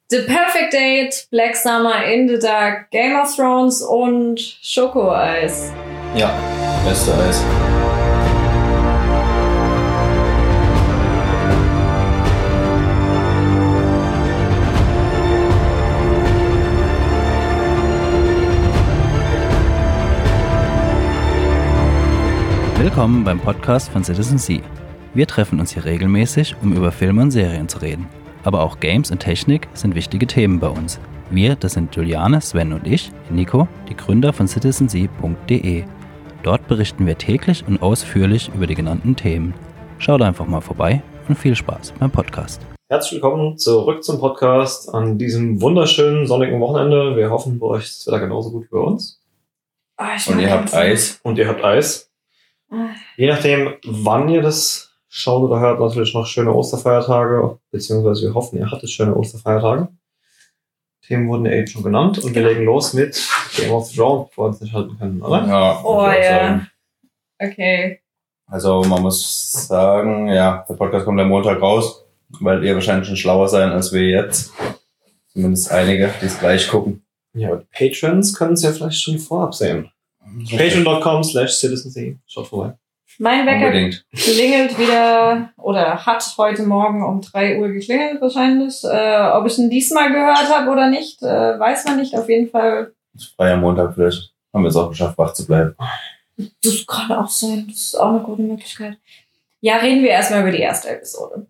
The Perfect Date, Black Summer in the Dark, Game of Thrones und Schokoeis. Ja, beste Eis. Willkommen beim Podcast von Citizen C. Wir treffen uns hier regelmäßig, um über Filme und Serien zu reden. Aber auch Games und Technik sind wichtige Themen bei uns. Wir, das sind Juliane, Sven und ich, Nico, die Gründer von citizenc.de. Dort berichten wir täglich und ausführlich über die genannten Themen. Schaut einfach mal vorbei und viel Spaß beim Podcast. Herzlich willkommen zurück zum Podcast an diesem wunderschönen sonnigen Wochenende. Wir hoffen, bei euch ist das Wetter genauso gut wie bei uns. Und ihr habt Eis. Und ihr habt Eis. Je nachdem, wann ihr das schaut oder hört, natürlich noch schöne Osterfeiertage, beziehungsweise wir hoffen, ihr hattet schöne Osterfeiertage. Themen wurden ja eben schon genannt und wir legen los mit Game of Thrones, bevor wir uns nicht halten können, oder? Ja. Oh ja. Okay. Also man muss sagen, ja, der Podcast kommt am Montag raus, weil ihr wahrscheinlich schon schlauer sein als wir jetzt. Zumindest einige, die es gleich gucken. Ja, aber die Patrons können es ja vielleicht schon vorab sehen. Patreon.com/citizenc. Schaut vorbei. Mein Wecker Unbedingt. klingelt wieder oder hat heute Morgen um 3 Uhr geklingelt wahrscheinlich. Ob ich ihn diesmal gehört habe oder nicht, weiß man nicht. Auf jeden Fall. Das ist frei am Montag vielleicht. Haben wir es auch geschafft, wach zu bleiben. Das kann auch sein. Das ist auch eine gute Möglichkeit. Ja, reden wir erstmal über die erste Episode.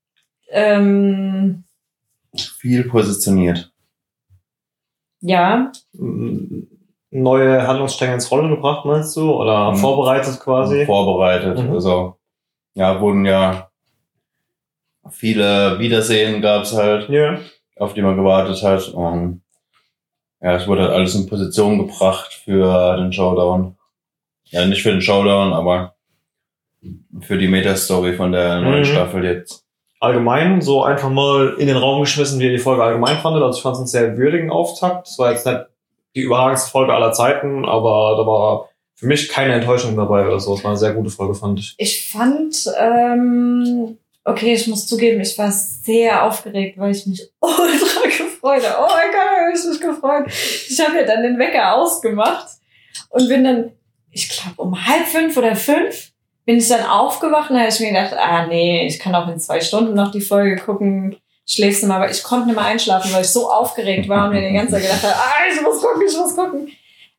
Viel positioniert. Ja. Neue Handlungsstränge ins Rollen gebracht, meinst du? Oder vorbereitet quasi? Vorbereitet. Also, ja, wurden ja viele Wiedersehen gab's halt, auf die man gewartet hat. Und ja, es wurde halt alles in Position gebracht für den Showdown. Ja, nicht für den Showdown, aber für die Meta-Story von der neuen Staffel jetzt. Allgemein, so einfach mal in den Raum geschmissen, wie ihr die Folge allgemein fandet. Also ich fand es einen sehr würdigen Auftakt. Es war jetzt nicht die überragendste Folge aller Zeiten, aber da war für mich keine Enttäuschung dabei oder so. Es war eine sehr gute Folge, fand ich. Ich fand, okay, ich muss zugeben, ich war sehr aufgeregt, weil ich mich ultra gefreut habe. Oh mein Gott, habe ich mich gefreut. Ich habe ja dann den Wecker ausgemacht und bin dann, ich glaube um 4:30 oder 5 bin ich dann aufgewacht und da habe ich mir gedacht, nee, ich kann auch in 2 Stunden noch die Folge gucken. Schläfst du mal, aber ich konnte nicht mehr einschlafen, weil ich so aufgeregt war und mir die ganze Zeit gedacht habe, ich muss gucken.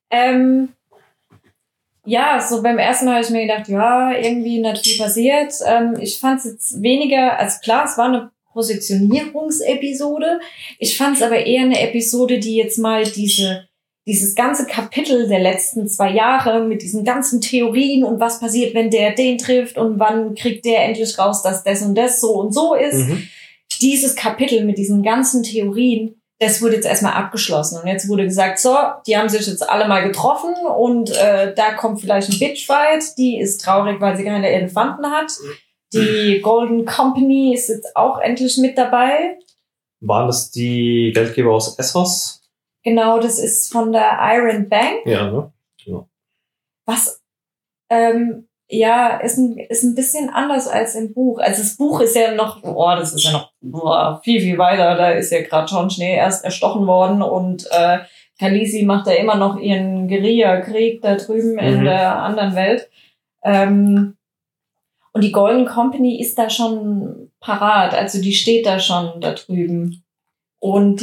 Ja, so beim ersten Mal habe ich mir gedacht, ja, irgendwie nicht viel passiert. Ich fand es jetzt weniger, also klar, es war eine Positionierungsepisode. Ich fand es aber eher eine Episode, die jetzt mal dieses ganze Kapitel der letzten 2 Jahre mit diesen ganzen Theorien und was passiert, wenn der den trifft und wann kriegt der endlich raus, dass das und das so und so ist. Dieses Kapitel mit diesen ganzen Theorien, das wurde jetzt erstmal abgeschlossen. Und jetzt wurde gesagt, so, die haben sich jetzt alle mal getroffen und da kommt vielleicht ein Bitchfight. Die ist traurig, weil sie keine Elefanten hat. Die Golden Company ist jetzt auch endlich mit dabei. Waren das die Geldgeber aus Essos? Genau, das ist von der Iron Bank. Ja, ne? Genau. Was, ja, ist ein bisschen anders als im Buch. Also das Buch ist ja noch, viel, viel weiter. Da ist ja gerade Jon Schnee erst erstochen worden und Khaleesi macht da immer noch ihren Guerilla-Krieg da drüben in der anderen Welt. Und die Golden Company ist da schon parat. Also die steht da schon da drüben. Und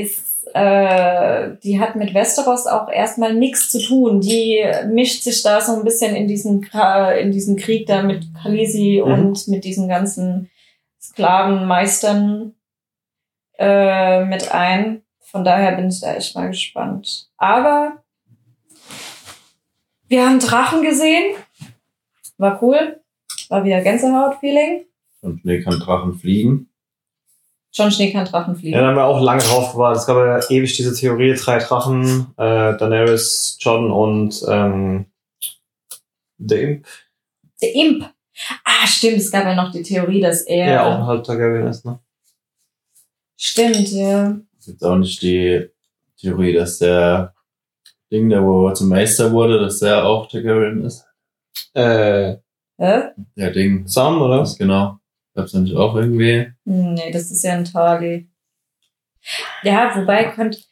die hat mit Westeros auch erstmal nichts zu tun. Die mischt sich da so ein bisschen in diesen Krieg da mit Khaleesi und mit diesen ganzen Sklavenmeistern mit ein. Von daher bin ich da echt mal gespannt. Aber wir haben Drachen gesehen. War cool. War wieder Gänsehaut-Feeling. Und Schnee kann Drachen fliegen. Jon Schnee kann Drachen fliegen. Ja, da haben wir auch lange drauf gewartet. Es gab ja ewig diese Theorie, 3 Drachen, Daenerys, Jon und der Imp. Der Imp. Stimmt, es gab ja noch die Theorie, dass er... Ja, auch ein halb Targaryen ist, ne? Stimmt, ja. Es gibt auch nicht die Theorie, dass der wo zum Meister wurde, dass der auch Targaryen ist. Hä? Der Ding. Sam, oder was? Genau. Gab's da nicht auch irgendwie? Nee, das ist ja ein Tarly. Ja, wobei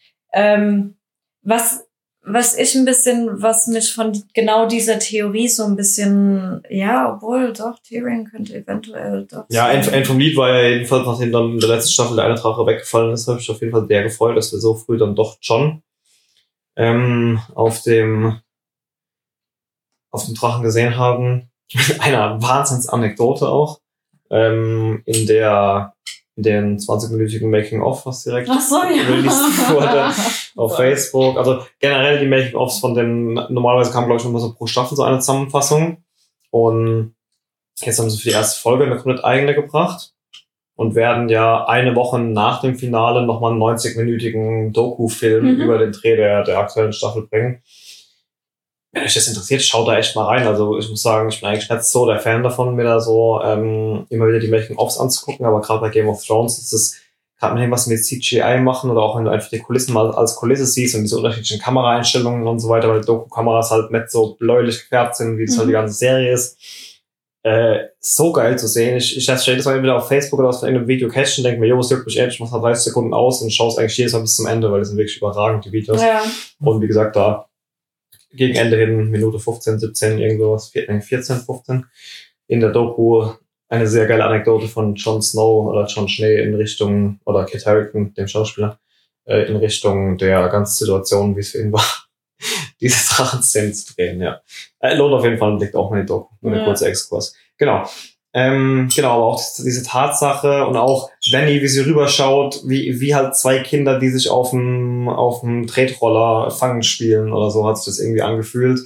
was ich ein bisschen, was mich von genau dieser Theorie so ein bisschen, ja, obwohl doch, Tyrion könnte eventuell doch. Ja, End vom Lied war ja jedenfalls, nachdem dann in der letzten Staffel der eine Drache weggefallen ist, habe ich auf jeden Fall sehr gefreut, dass wir so früh dann doch Jon auf dem Drachen gesehen haben. Einer Wahnsinnsanekdote auch. In den 20-minütigen Making-of, was direkt released wurde auf Facebook. Also generell die Making-ofs von den, normalerweise kam, glaube ich, immer so pro Staffel so eine Zusammenfassung. Und jetzt haben sie für die erste Folge eine komplett eigene gebracht und werden ja eine Woche nach dem Finale nochmal einen 90-minütigen Doku-Film über den Dreh der aktuellen Staffel bringen. Wenn euch das interessiert, schaut da echt mal rein. Also ich muss sagen, ich bin eigentlich nicht so der Fan davon, mir da so immer wieder die Making-ofs anzugucken, aber gerade bei Game of Thrones ist es, gerade mit dem, was sie mit CGI machen oder auch wenn du einfach die Kulissen mal als Kulisse siehst und diese unterschiedlichen Kameraeinstellungen und so weiter, weil Doku-Kameras halt nicht so bläulich gefärbt sind, wie es halt die ganze Serie ist. So geil zu sehen. Ich stelle das mal wieder auf Facebook oder aus irgendeinem Video catchen und denke mir, es juckt mich echt, ich mach da 30 Sekunden aus und schaue es eigentlich jedes Mal bis zum Ende, weil das sind wirklich überragend, die Videos. Ja. Und wie gesagt, da gegen Ende hin, Minute 15, 17, irgendwas, 14, 15, in der Doku eine sehr geile Anekdote von Jon Snow oder Jon Schnee in Richtung, oder Kit Harington, dem Schauspieler, in Richtung der ganzen Situation, wie es für ihn war, diese Drachenszenen zu drehen, ja. Lohnt auf jeden Fall einen Blick auch mal in die Doku, nur ein kurzer Exkurs. Genau. Genau, aber auch diese Tatsache und auch Dany, wie sie rüberschaut, wie halt zwei Kinder, die sich auf dem Tretroller fangen spielen oder so, hat sich das irgendwie angefühlt.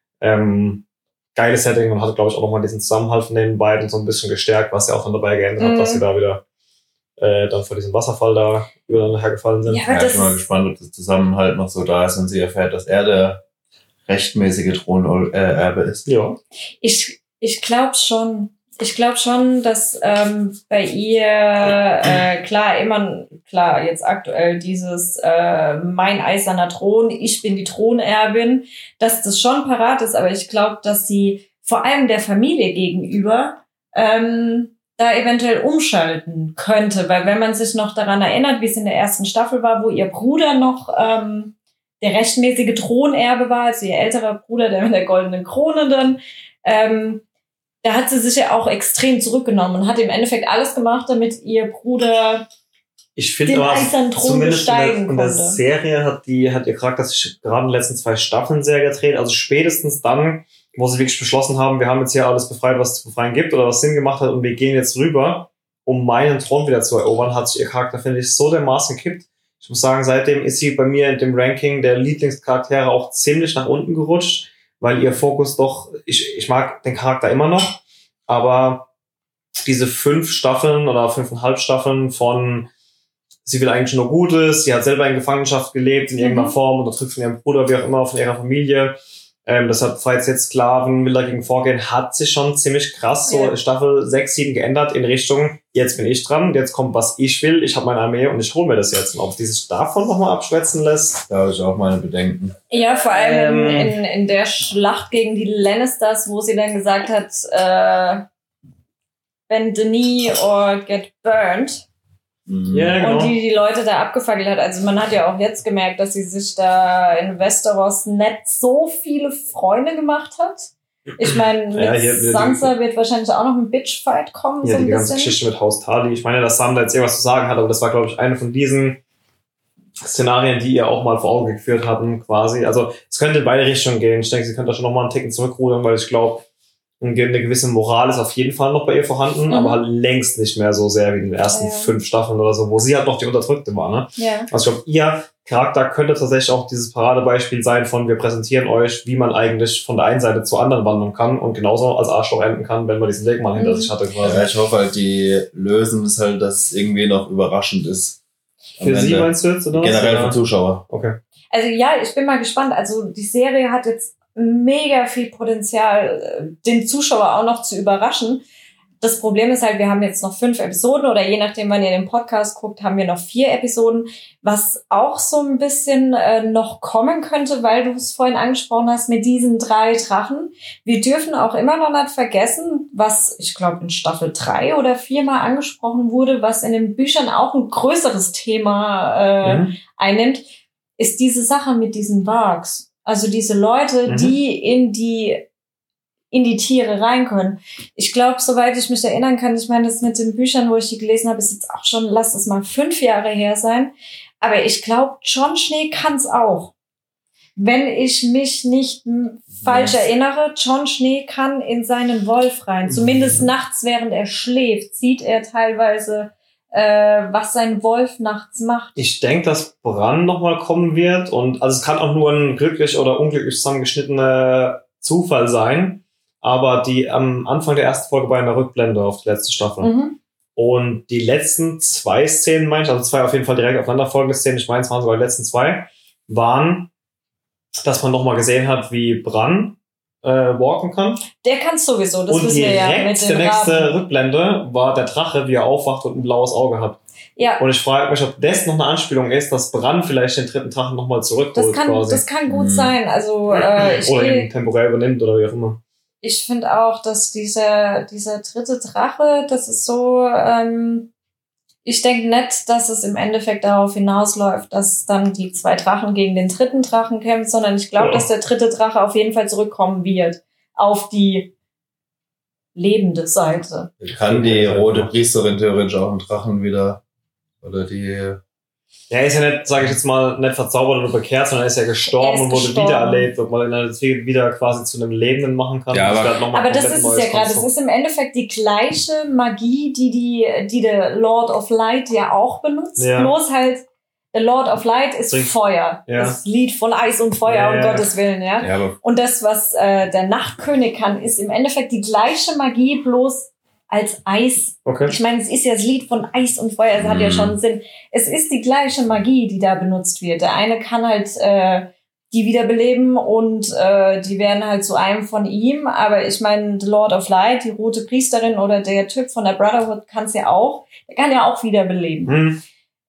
Geiles Setting und hat, glaube ich, auch nochmal diesen Zusammenhalt von den beiden so ein bisschen gestärkt, was ja auch dann dabei geändert hat, dass sie da wieder dann vor diesem Wasserfall da übereinander hergefallen sind. Ja, ich bin mal gespannt, ob das Zusammenhalt noch so da ist, wenn sie erfährt, dass er der rechtmäßige Thronerbe ist. Ja. Ich glaube schon. Ich glaube schon, dass bei ihr klar jetzt aktuell dieses mein eiserner Thron, ich bin die Thronerbin, dass das schon parat ist, aber ich glaube, dass sie vor allem der Familie gegenüber da eventuell umschalten könnte, weil wenn man sich noch daran erinnert, wie es in der ersten Staffel war, wo ihr Bruder noch der rechtmäßige Thronerbe war, also ihr älterer Bruder, der mit der goldenen Krone dann, da hat sie sich ja auch extrem zurückgenommen und hat im Endeffekt alles gemacht, damit ihr Bruder den eisernen Thron besteigen konnte. In der Serie hat ihr Charakter sich gerade in den letzten 2 Staffeln sehr gedreht. Also spätestens dann, wo sie wirklich beschlossen haben, wir haben jetzt hier alles befreit, was es zu befreien gibt oder was Sinn gemacht hat und wir gehen jetzt rüber, um meinen Thron wieder zu erobern, hat sich ihr Charakter, finde ich, so dermaßen gekippt. Ich muss sagen, seitdem ist sie bei mir in dem Ranking der Lieblingscharaktere auch ziemlich nach unten gerutscht, weil ihr Fokus doch, ich mag den Charakter immer noch, aber diese 5 Staffeln oder 5,5 Staffeln von sie will eigentlich nur Gutes, sie hat selber in Gefangenschaft gelebt in irgendeiner Form, unterdrückt von ihrem Bruder, wie auch immer, von ihrer Familie, deshalb falls jetzt Sklaven, will dagegen vorgehen, hat sich schon ziemlich krass so Staffel 6, 7 geändert in Richtung, jetzt bin ich dran, jetzt kommt, was ich will, ich habe meine Armee und ich hole mir das jetzt. Und ob die sich davon nochmal abschwätzen lässt, da habe ich auch meine Bedenken. Ja, vor allem in der Schlacht gegen die Lannisters, wo sie dann gesagt hat, bend the knee or get burnt. Ja, genau. Und die Leute da abgefackelt hat. Also man hat ja auch jetzt gemerkt, dass sie sich da in Westeros nicht so viele Freunde gemacht hat. Ich meine, mit Sansa wird wahrscheinlich auch noch ein Bitchfight kommen. Ja, so ein die ganze bisschen. Geschichte mit Haus Tarly. Ich meine, dass Sam da jetzt irgendwas zu sagen hat, aber das war, glaube ich, eine von diesen Szenarien, die ihr auch mal vor Augen geführt hatten, quasi. Also es könnte in beide Richtungen gehen. Ich denke, sie könnte da schon noch mal einen Ticken zurückrudern, weil ich glaube, eine gewisse Moral ist auf jeden Fall noch bei ihr vorhanden, aber halt längst nicht mehr so sehr wie in den ersten 5 Staffeln oder so, wo sie halt noch die Unterdrückte war, ne? Ja. Also ich glaube, ihr Charakter könnte tatsächlich auch dieses Paradebeispiel sein von, wir präsentieren euch, wie man eigentlich von der einen Seite zur anderen wandern kann und genauso als Arschloch enden kann, wenn man diesen Weg mal hinter sich hatte quasi. Ja, ich hoffe halt, die lösen es halt, dass es irgendwie noch überraschend ist. Für sie meinst du jetzt, oder? Generell für Zuschauer. Okay. Also ja, ich bin mal gespannt. Also die Serie hat jetzt mega viel Potenzial, den Zuschauer auch noch zu überraschen. Das Problem ist halt, wir haben jetzt noch 5 Episoden oder je nachdem, wann ihr den Podcast guckt, haben wir noch 4 Episoden, was auch so ein bisschen noch kommen könnte, weil du es vorhin angesprochen hast mit diesen 3 Drachen. Wir dürfen auch immer noch nicht vergessen, was ich glaube in Staffel 3 oder 4 mal angesprochen wurde, was in den Büchern auch ein größeres Thema einnimmt, ist diese Sache mit diesen Wargs. Also diese Leute, die in die Tiere rein können. Ich glaube, soweit ich mich erinnern kann, ich meine, das mit den Büchern, wo ich die gelesen habe, ist jetzt auch schon, lass es mal 5 Jahre her sein. Aber ich glaube, Jon Schnee kann es auch. Wenn ich mich nicht falsch erinnere, Jon Schnee kann in seinen Wolf rein. Zumindest nachts, während er schläft, sieht er teilweise, was sein Wolf nachts macht. Ich denke, dass Bran nochmal kommen wird. Und also es kann auch nur ein glücklich oder unglücklich zusammengeschnittener Zufall sein. Aber die am Anfang der ersten Folge war eine Rückblende auf die letzte Staffel. Und die letzten 2 Szenen, meine ich, also 2 auf jeden Fall direkt aufeinanderfolgende Szenen, ich meine, es waren sogar die letzten 2, waren, dass man nochmal gesehen hat, wie Bran walken kann. Der kann sowieso, das und wissen wir ja. direkt Mit der nächste Raben. Rückblende war der Drache, wie er aufwacht und ein blaues Auge hat. Ja. Und ich frage mich, ob das noch eine Anspielung ist, dass Bran vielleicht den 3. Drachen nochmal zurückholt. Das kann gut sein. Also oder ihn temporär übernimmt oder wie auch immer. Ich finde auch, dass dieser 3. Drache, das ist so, ich denke nicht, dass es im Endeffekt darauf hinausläuft, dass dann die 2 Drachen gegen den 3. Drachen kämpfen, sondern ich glaube, dass der 3. Drache auf jeden Fall zurückkommen wird auf die lebende Seite. Kann die rote Priesterin theoretisch auch einen Drachen wieder, oder die... Ja, er ist ja nicht, sage ich jetzt mal, nicht verzaubert oder bekehrt, sondern er ist ja gestorben und wurde wiedererlebt, ob man ihn wieder quasi zu einem Lebenden machen kann. Ja, aber das ist es ja gerade. Das ist im Endeffekt die gleiche Magie, die der Lord of Light ja auch benutzt. Ja. Bloß halt, der Lord of Light ist Feuer. Ja. Das Lied von Eis und Feuer, um Gottes Willen. Ja? Und das, was der Nachtkönig kann, ist im Endeffekt die gleiche Magie, bloß als Eis. Okay. Ich meine, es ist ja das Lied von Eis und Feuer, es hat ja schon Sinn. Es ist die gleiche Magie, die da benutzt wird. Der eine kann halt die wiederbeleben und die werden halt zu einem von ihm. Aber ich meine, The Lord of Light, die rote Priesterin oder der Typ von der Brotherhood kann es ja auch. Der kann ja auch wiederbeleben.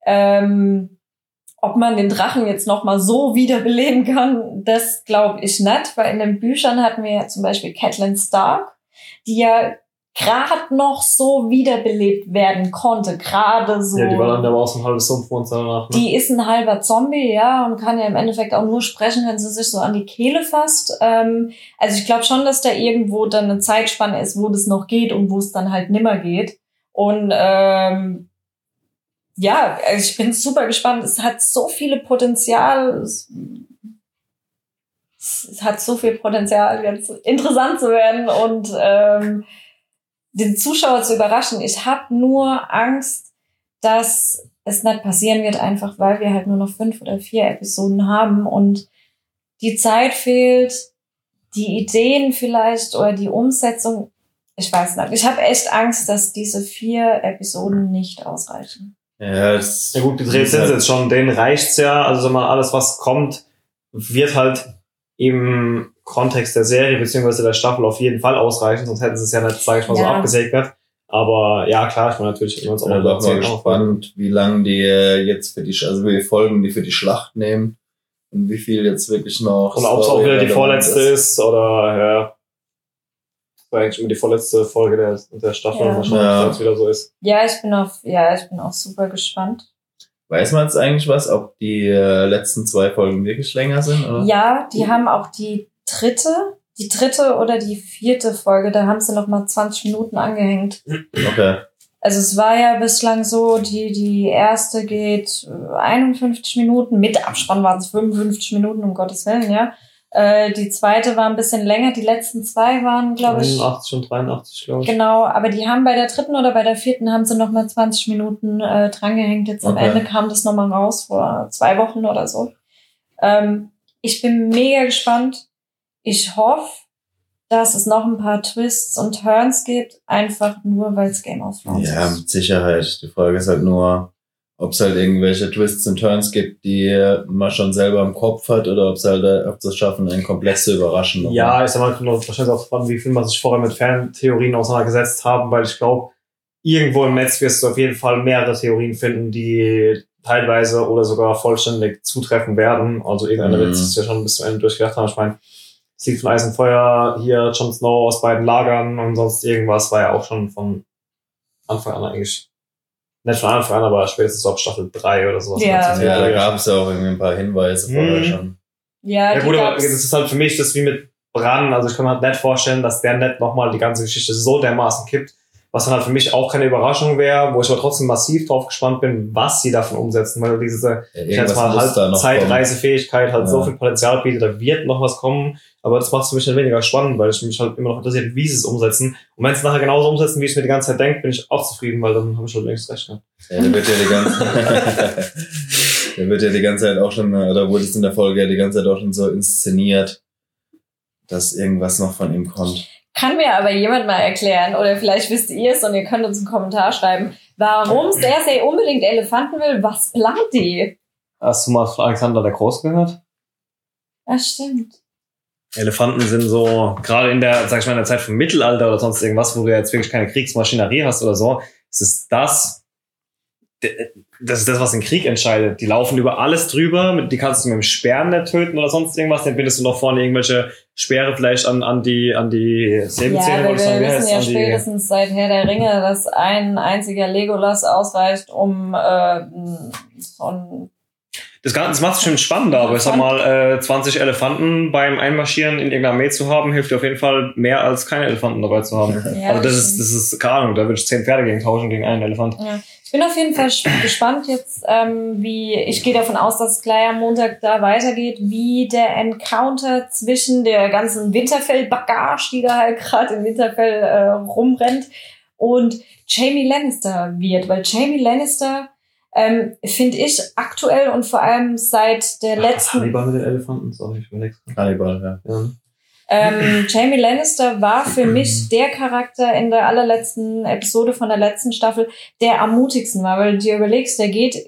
Ob man den Drachen jetzt nochmal so wiederbeleben kann, das glaube ich nicht. Weil in den Büchern hatten wir ja zum Beispiel Catelyn Stark, die ja gerade noch so wiederbelebt werden konnte, gerade so. Ja, die war dann aber auch so ein halbes Sumpfmonster danach. Ne? Die ist ein halber Zombie, ja, und kann ja im Endeffekt auch nur sprechen, wenn sie sich so an die Kehle fasst. Also ich glaube schon, dass da irgendwo dann eine Zeitspanne ist, wo das noch geht und wo es dann halt nimmer geht. Und ja, also ich bin super gespannt. Es hat so viele Potenzial. Es hat so viel Potenzial, jetzt interessant zu werden und den Zuschauer zu überraschen. Ich habe nur Angst, dass es nicht passieren wird, einfach weil wir halt nur noch 5 oder 4 Episoden haben und die Zeit fehlt, die Ideen vielleicht oder die Umsetzung. Ich weiß nicht. Ich habe echt Angst, dass diese 4 Episoden nicht ausreichen. Ja, gut, gedreht sind sie jetzt schon. Denen reicht's ja. Also sag mal, alles, was kommt, wird halt im Kontext der Serie beziehungsweise der Staffel auf jeden Fall ausreichen, sonst hätten sie es ja nicht, sage ich mal, so abgesegnet. Aber ja, klar, ich meine natürlich immer uns auch mal gespannt, wie lange die jetzt für die, also wie viele Folgen die für die Schlacht nehmen und wie viel jetzt wirklich noch. Und ob es auch wieder die vorletzte ist oder ja. Das war eigentlich immer die vorletzte Folge der Staffel, wahrscheinlich, wenn es wieder so ist. Ja, ich bin auch super gespannt. Weiß man jetzt eigentlich was, ob die letzten 2 Folgen wirklich länger sind? Oder? Ja, die haben auch die dritte oder die 4. Folge, da haben sie noch mal 20 Minuten angehängt. Okay. Also es war ja bislang so, die erste geht 51 Minuten, mit Abspann waren es 55 Minuten, um Gottes Willen, ja. Die zweite war ein bisschen länger, die letzten 2 waren, glaube ich... 81 und 83, glaube ich. Genau, aber die haben bei der 3. oder bei der 4. haben sie nochmal 20 Minuten drangehängt. Jetzt am Ende kam das nochmal raus, vor 2 Wochen oder so. Ich bin mega gespannt. Ich hoffe, dass es noch ein paar Twists und Turns gibt, einfach nur, weil es Game of Thrones ist. Ja, mit Sicherheit. Die Frage ist halt nur, ob es halt irgendwelche Twists und Turns gibt, die man schon selber im Kopf hat, oder ob sie es schaffen, einen komplett zu überraschen. Ja, ich sag mal, wahrscheinlich auch spannend, wie viel man sich vorher mit Fantheorien auseinandergesetzt haben, weil ich glaube, irgendwo im Netz wirst du auf jeden Fall mehrere Theorien finden, die teilweise oder sogar vollständig zutreffen werden. Also irgendeiner wird es ja schon bis zum Ende durchgedacht haben. Ich meine, Sieg von Eis und Feuer, hier Jon Snow aus beiden Lagern und sonst irgendwas war ja auch schon von Anfang an eigentlich, nicht von Anfang an, aber spätestens ab Staffel 3 oder sowas. Ja, da gab es ja auch irgendwie ein paar Hinweise vorher schon. Ja, gut, aber das ist halt für mich das wie mit Bran. Also ich kann mir halt nicht vorstellen, dass der nicht nochmal die ganze Geschichte so dermaßen kippt, was dann halt für mich auch keine Überraschung wäre, wo ich aber trotzdem massiv drauf gespannt bin, was sie davon umsetzen, weil diese Zeitreisefähigkeit halt so viel Potenzial bietet, da wird noch was kommen, aber das macht es für mich dann weniger spannend, weil ich mich halt immer noch interessiert, wie sie es umsetzen. Und wenn sie es nachher genauso umsetzen, wie ich es mir die ganze Zeit denke, bin ich auch zufrieden, weil dann habe ich halt längst recht gehabt. Ja, der wird ja die ganze Zeit auch schon, oder wurde es in der Folge ja die ganze Zeit auch schon so inszeniert, dass irgendwas noch von ihm kommt. Kann mir aber jemand mal erklären, oder vielleicht wisst ihr es und ihr könnt uns einen Kommentar schreiben, warum Cersei unbedingt Elefanten will? Was plant die? Hast du mal von Alexander der Große gehört? Das stimmt. Elefanten sind so, gerade in der, sag ich mal, in der Zeit vom Mittelalter oder sonst irgendwas, wo du jetzt wirklich keine Kriegsmaschinerie hast oder so, ist das ist das, was den Krieg entscheidet. Die laufen über alles drüber, die kannst du mit dem Speer nicht töten oder sonst irgendwas, dann bindest du noch vorne irgendwelche Speere vielleicht an die Säbelzähne. Ja, wir wissen ja spätestens seit Herr der Ringe, dass ein einziger Legolas ausreicht, um so ein... Das macht es schon spannender, aber ich sag mal, 20 Elefanten beim Einmarschieren in irgendeiner Armee zu haben, hilft dir auf jeden Fall mehr als keine Elefanten dabei zu haben. Ja, also das ist keine Ahnung, da würde ich 10 Pferde gegen tauschen gegen einen Elefant. Ja. Ich bin auf jeden Fall gespannt jetzt, ich gehe davon aus, dass es gleich am Montag da weitergeht, wie der Encounter zwischen der ganzen Winterfell-Bagage, die da halt gerade in Winterfell rumrennt, und Jaime Lannister wird, weil Jaime Lannister finde ich aktuell und vor allem seit der letzten... Hannibal mit den Elefanten, sorry, ich bin nichts. Hannibal, ja. Jaime Lannister war für mich der Charakter in der allerletzten Episode von der letzten Staffel, der am mutigsten war, weil du dir überlegst, der geht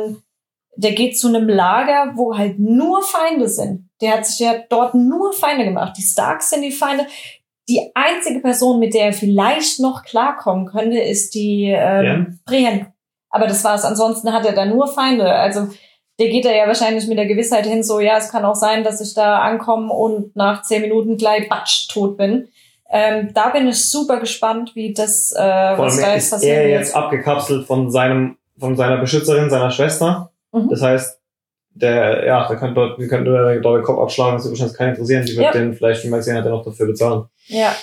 zu einem Lager, wo halt nur Feinde sind. Der hat sich ja dort nur Feinde gemacht. Die Starks sind die Feinde. Die einzige Person, mit der er vielleicht noch klarkommen könnte, ist die Brienne. Aber das war's. Ansonsten hat er da nur Feinde. Also der geht da ja wahrscheinlich mit der Gewissheit hin, so, ja, es kann auch sein, dass ich da ankomme und nach 10 Minuten gleich batsch tot bin. Da bin ich super gespannt, wie das, was da jetzt passiert. Er jetzt abgekapselt von seiner Beschützerin, seiner Schwester. Mhm. Das heißt, wir könnten dort den Kopf abschlagen, das wird wahrscheinlich keinen interessieren. Die wird den vielleicht, wie man gesehen hat, noch dafür bezahlen. Ja.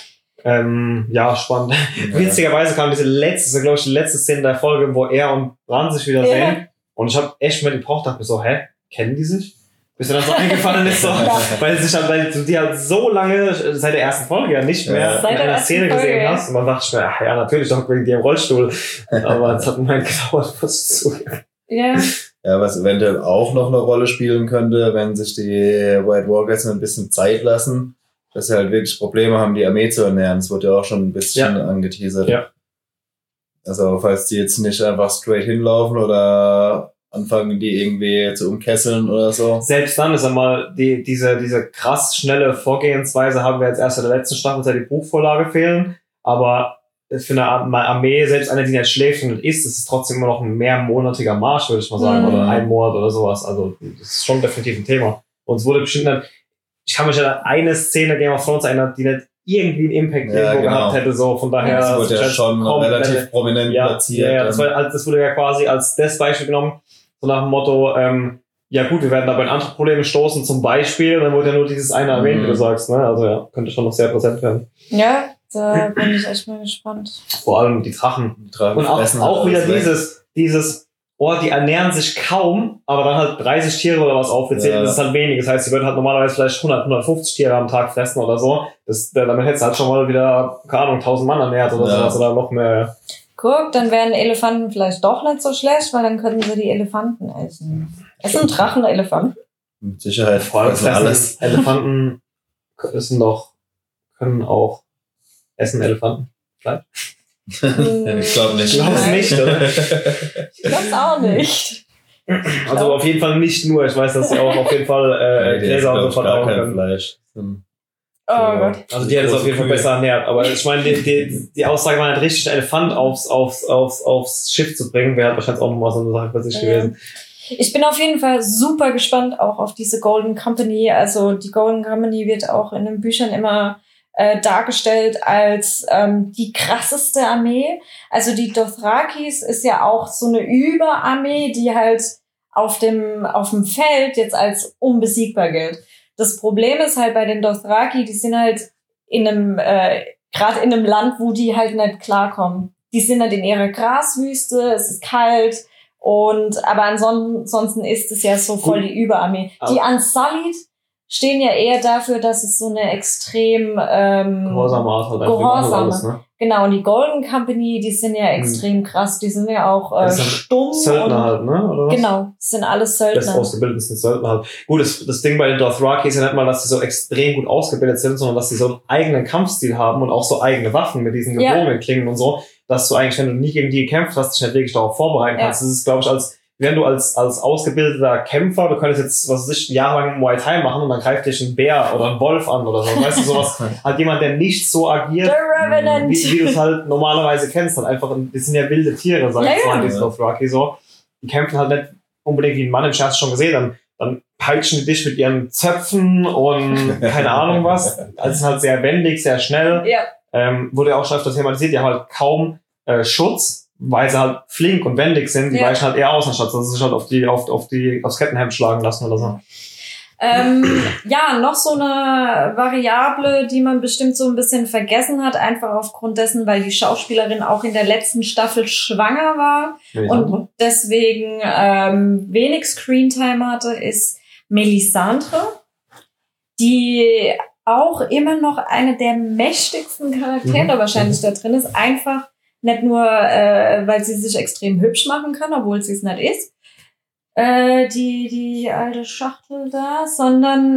Spannend. Ja. Witzigerweise kam die letzte Szene der Folge, wo er und Bran sich wiedersehen. Und ich habe echt mal gebraucht, dachte mir so, kennen die sich? Bis mir dann so eingefallen ist, so, weil du die halt so lange, seit der ersten Folge ja nicht mehr in einer Szene gesehen hast. Und man dachte mir, ja, natürlich doch wegen dir im Rollstuhl. Aber es hat einen Moment gedauert, was ich zugebe. Ja. Ja, was eventuell auch noch eine Rolle spielen könnte, wenn sich die White Walkers ein bisschen Zeit lassen, dass sie halt wirklich Probleme haben, die Armee zu ernähren. Das wurde ja auch schon ein bisschen angeteasert. Ja. Also, falls die jetzt nicht einfach straight hinlaufen oder anfangen, die irgendwie zu umkesseln oder so. Selbst dann ist einmal diese krass schnelle Vorgehensweise haben wir jetzt erst in der letzten Staffel seit die Buchvorlage fehlen. Aber für eine Armee, selbst eine, die nicht schläft und isst, ist es trotzdem immer noch ein mehrmonatiger Marsch, würde ich mal sagen. Oder ein Monat oder sowas. Also, das ist schon definitiv ein Thema. Und es wurde bestimmt dann, ich kann mich an eine Szene Game of Thrones erinnern, die nicht irgendwie einen Impact gehabt hätte, so, von daher. Das wurde ja schon relativ prominent platziert. Ja, das wurde ja quasi als das Beispiel genommen, so nach dem Motto, ja gut, wir werden dabei in andere Probleme stoßen, zum Beispiel, dann wurde ja nur dieses eine erwähnt, wie du sagst, ne, also ja, könnte schon noch sehr präsent werden. Ja, da bin ich echt mal gespannt. Vor allem die Drachen. Und auch wieder dieses, die ernähren sich kaum, aber dann halt 30 Tiere oder was aufgezählt, das ist halt wenig. Das heißt, die würden halt normalerweise vielleicht 150 Tiere am Tag fressen oder so. Damit hättest du halt schon mal wieder, keine Ahnung, 1000 Mann ernährt oder sowas oder noch mehr. Guck, dann wären Elefanten vielleicht doch nicht so schlecht, weil dann könnten sie die Elefanten essen. Essen Drachen Elefanten? Mit Sicherheit. Vor allem alles. Elefanten können auch essen Elefanten. Vielleicht? Ich glaube nicht. Ich glaube es nicht, oder? Ich glaube es auch nicht. Also auf jeden Fall nicht nur. Ich weiß, dass sie auch auf jeden Fall Gläser und so verdauen können. Fleisch. Oh Gott. Also die hätte es auf jeden Fall besser ernährt. Aber ich meine, die Aussage war halt richtig, einen Elefant aufs Schiff zu bringen, wäre halt wahrscheinlich auch nochmal so eine Sache für sich gewesen. Ich bin auf jeden Fall super gespannt auch auf diese Golden Company. Also die Golden Company wird auch in den Büchern immer dargestellt als die krasseste Armee. Also die Dothrakis ist ja auch so eine Überarmee, die halt auf dem Feld jetzt als unbesiegbar gilt. Das Problem ist halt bei den Dothraki, die sind halt in einem, gerade in einem Land, wo die halt nicht klarkommen. Die sind halt in ihrer Graswüste, es ist kalt aber ansonsten ist es ja so voll die Überarmee. Die Unsullied stehen ja eher dafür, dass es so eine extrem gehorsame Art halt gehorsame. Alles, ne? Genau, und die Golden Company, die sind ja extrem krass. Die sind ja auch stumm. Söldner halt, ne? Oder was? Genau, sind alles Söldner. Das ausgebildetsten Söldner halt. Gut, das Ding bei den Dothraki ist ja nicht mal, dass sie so extrem gut ausgebildet sind, sondern dass sie so einen eigenen Kampfstil haben und auch so eigene Waffen mit diesen gebogenen Klingen und so, dass du eigentlich, wenn du nie gegen die gekämpft hast, dich nicht wirklich darauf vorbereiten kannst. Das ist, glaube ich, wenn du als ausgebildeter Kämpfer, du könntest jetzt, was weiß ich, jahrelang Muay Thai machen und dann greift dich ein Bär oder ein Wolf an oder so. Weißt du, sowas, halt jemand, der nicht so agiert, wie du es halt normalerweise kennst. Halt einfach, das sind ja wilde Tiere, sag ich mal, diese Dothraki so. Die kämpfen halt nicht unbedingt wie ein Mann, im Scherz schon gesehen, dann peitschen die dich mit ihren Zöpfen und keine Ahnung was. Also sind halt sehr wendig, sehr schnell. Wurde ja auch schon öfter thematisiert, die haben halt kaum Schutz, weil sie halt flink und wendig sind, die weichen halt eher aus, anstatt dass sie sich halt aufs Kettenhemd schlagen lassen oder so. Noch so eine Variable, die man bestimmt so ein bisschen vergessen hat, einfach aufgrund dessen, weil die Schauspielerin auch in der letzten Staffel schwanger war und deswegen wenig Screentime hatte, ist Melisandre, die auch immer noch eine der mächtigsten Charaktere wahrscheinlich da drin ist, einfach nicht nur, weil sie sich extrem hübsch machen kann, obwohl sie es nicht ist, die alte Schachtel da, sondern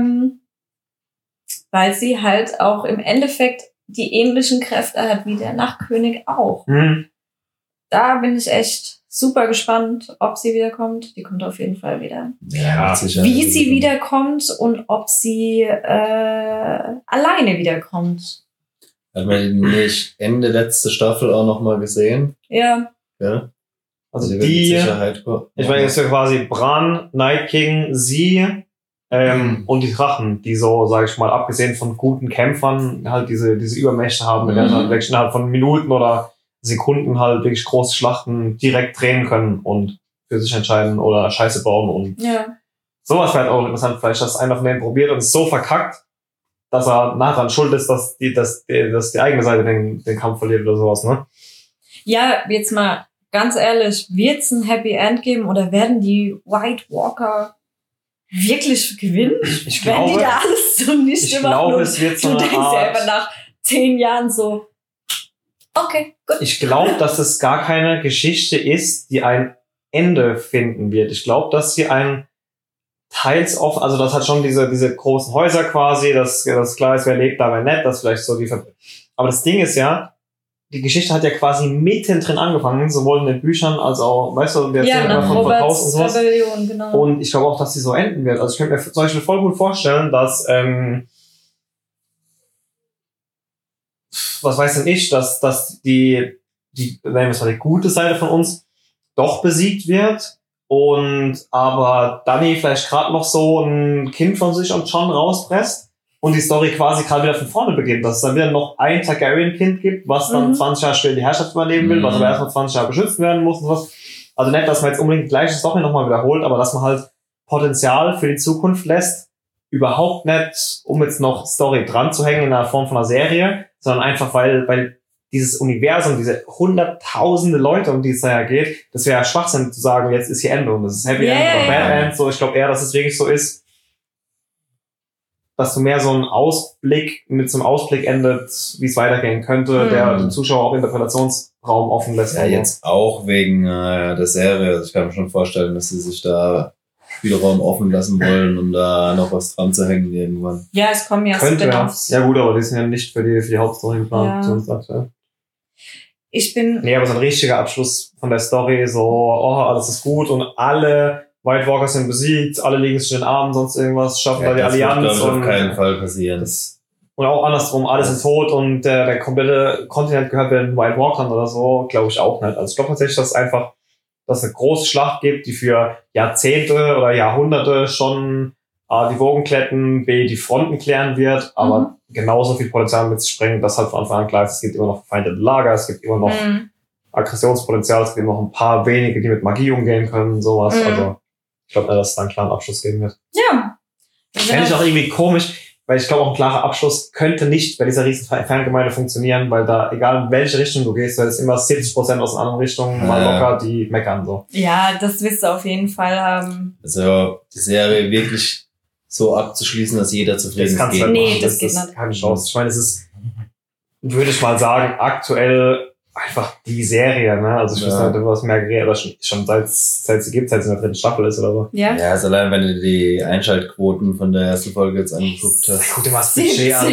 weil sie halt auch im Endeffekt die ähnlichen Kräfte hat wie der Nachtkönig auch. Da bin ich echt super gespannt, ob sie wiederkommt. Die kommt auf jeden Fall wieder. Ja, sicher. Wie sie wiederkommt und ob sie alleine wiederkommt. Hat man die nicht Ende letzte Staffel auch nochmal gesehen? Ja. Also wird die, mit Sicherheit ich meine, das ist ja quasi Bran, Night King, sie und die Drachen, die so, sage ich mal, abgesehen von guten Kämpfern halt diese Übermächte haben, mit denen halt wirklich innerhalb von Minuten oder Sekunden halt wirklich große Schlachten direkt drehen können und für sich entscheiden oder Scheiße bauen und sowas wäre halt auch interessant, vielleicht, dass einer von denen probiert und es so verkackt, dass er nachher an schuld ist, dass die eigene Seite den Kampf verliert oder sowas, ne? Ja, jetzt mal ganz ehrlich, wird es ein Happy End geben oder werden die White Walker wirklich gewinnen? Ich glaube, wenn die da alles so nicht ich glaube, es wird so du eine denkst Art, ja einfach nach 10 Jahren so, okay, gut. Ich glaube, dass es gar keine Geschichte ist, die ein Ende finden wird. Ich glaube, dass sie ein teils offen, also das hat schon diese großen Häuser quasi, das klar ist, wer lebt da, wer nicht, das vielleicht so aber das Ding ist ja, die Geschichte hat ja quasi mittendrin angefangen, sowohl in den Büchern als auch, weißt du, wir erzählen immer von Haus und sowas. Rebellion, genau. Und ich glaube auch, dass sie so enden wird. Also ich könnte mir zum Beispiel voll gut vorstellen, dass was weiß denn ich, dass die nennen wir es mal die gute Seite von uns doch besiegt wird und aber Dany vielleicht gerade noch so ein Kind von sich und Jon rauspresst und die Story quasi gerade wieder von vorne beginnt, dass es dann wieder noch ein Targaryen-Kind gibt, was dann 20 Jahre später die Herrschaft übernehmen will, was aber erstmal 20 Jahre beschützt werden muss und was. Also nicht, dass man jetzt unbedingt die gleiche Story nochmal wiederholt, aber dass man halt Potenzial für die Zukunft lässt, überhaupt nicht, um jetzt noch Story dran zu hängen in der Form von einer Serie, sondern einfach, weil dieses Universum, diese hunderttausende Leute, um die es da ja geht, das wäre ja Schwachsinn zu sagen, jetzt ist hier Ende und das ist Happy End oder Bad End. So, ich glaube eher, dass es wirklich so ist, dass du mehr so einen Ausblick, mit so einem Ausblick endet, wie es weitergehen könnte, der dem Zuschauer auch Interpretationsraum offen lässt. Ja, jetzt auch wegen der Serie. Also ich kann mir schon vorstellen, dass sie sich da Spielraum offen lassen wollen, um da noch was dran zu hängen irgendwann. Ja, es kommen ja Spin-offs. Ja gut, aber die sind ja nicht für die Hauptstory geplant, zumindest aktuell. Nee, aber so ein richtiger Abschluss von der Story, so, oh, alles ist gut und alle White Walkers sind besiegt, alle liegen sich in den Armen, sonst irgendwas, schaffen da die Allianz. Das wird auf keinen Fall passieren. Und auch andersrum, alle sind tot und der komplette Kontinent gehört den White Walkern oder so, glaube ich auch nicht. Also ich glaube tatsächlich, dass es eine große Schlacht gibt, die für Jahrzehnte oder Jahrhunderte schon A, die Wogen glätten, B, die Fronten klären wird, aber genauso viel Potenzial mit sich bringen, dass halt von Anfang an klar ist, es gibt immer noch verfeindete Lager, es gibt immer noch Aggressionspotenzial, es gibt noch ein paar wenige, die mit Magie umgehen können, sowas. Also ich glaube, dass es da einen klaren Abschluss geben wird. Ja. Fände ich auch irgendwie komisch, weil ich glaube, auch ein klarer Abschluss könnte nicht bei dieser riesen Fangemeinde funktionieren, weil da, egal in welche Richtung du gehst, weil es immer 70% aus einer anderen Richtung mal locker, die meckern so. Ja, das wirst du auf jeden Fall haben. Also die Serie wirklich so abzuschließen, dass jeder zufrieden ist. Halt nee, das geht nicht. Keine Chance. Ich meine, es ist, würde ich mal sagen, aktuell einfach die Serie, ne? Also ich weiß nicht, was mehr geredet, aber schon seit sie gibt, seit sie in der 3. Staffel ist oder so. Ja. Ja, also allein wenn du die Einschaltquoten von der ersten Folge jetzt angeguckt hast. Guck dir mal das Budget an.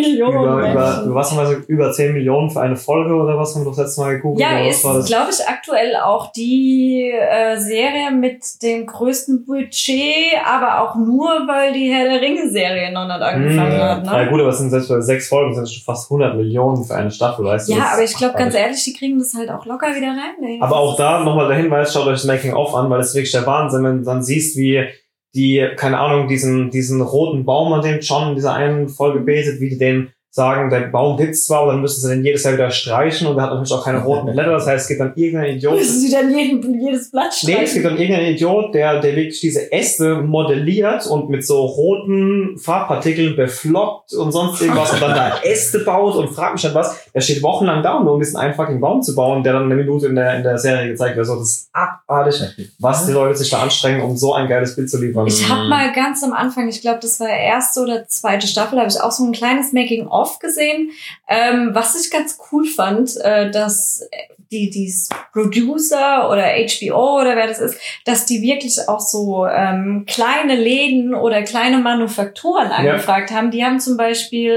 Über was haben wir so? Über 10 Millionen für eine Folge oder was haben wir doch letztes Mal gegoogelt? Ja, ist, glaube ich, aktuell auch die Serie mit dem größten Budget, aber auch nur, weil die Herr der Ringe-Serie noch nicht angefangen hat. Ne? Ja gut, aber es sind selbst bei 6 Folgen sind schon fast 100 Millionen für eine Staffel, weißt du? Ja, aber ich glaube, ganz ehrlich, die kriegen das halt auch locker wieder rein. Ey. Aber auch da nochmal der Hinweis, schaut euch das Making-of an, weil es wirklich der Wahnsinn, wenn du dann siehst, wie die, keine Ahnung, diesen roten Baum, an dem John in dieser einen Folge betet, wie die den sagen, der Baum gibt's zwar, aber dann müssen sie den jedes Jahr wieder streichen und der hat natürlich auch keine roten Blätter, das heißt, es gibt dann irgendeinen Idiot. Müssen sie dann jedes Blatt streichen? Nee, es gibt dann irgendeinen Idiot, der wirklich diese Äste modelliert und mit so roten Farbpartikeln beflockt und sonst irgendwas und dann da Äste baut und fragt mich dann was. Der steht wochenlang da, um diesen einen fucking Baum zu bauen, der dann eine Minute in der Serie gezeigt wird. So, das ist abartig, was die Leute sich da anstrengen, um so ein geiles Bild zu liefern. Ich habe mal ganz am Anfang, ich glaube, das war erste oder zweite Staffel, habe ich auch so ein kleines Making-of gesehen, was ich ganz cool fand, dass die Producer oder HBO oder wer das ist, dass die wirklich auch so kleine Läden oder kleine Manufakturen angefragt haben. Die haben zum Beispiel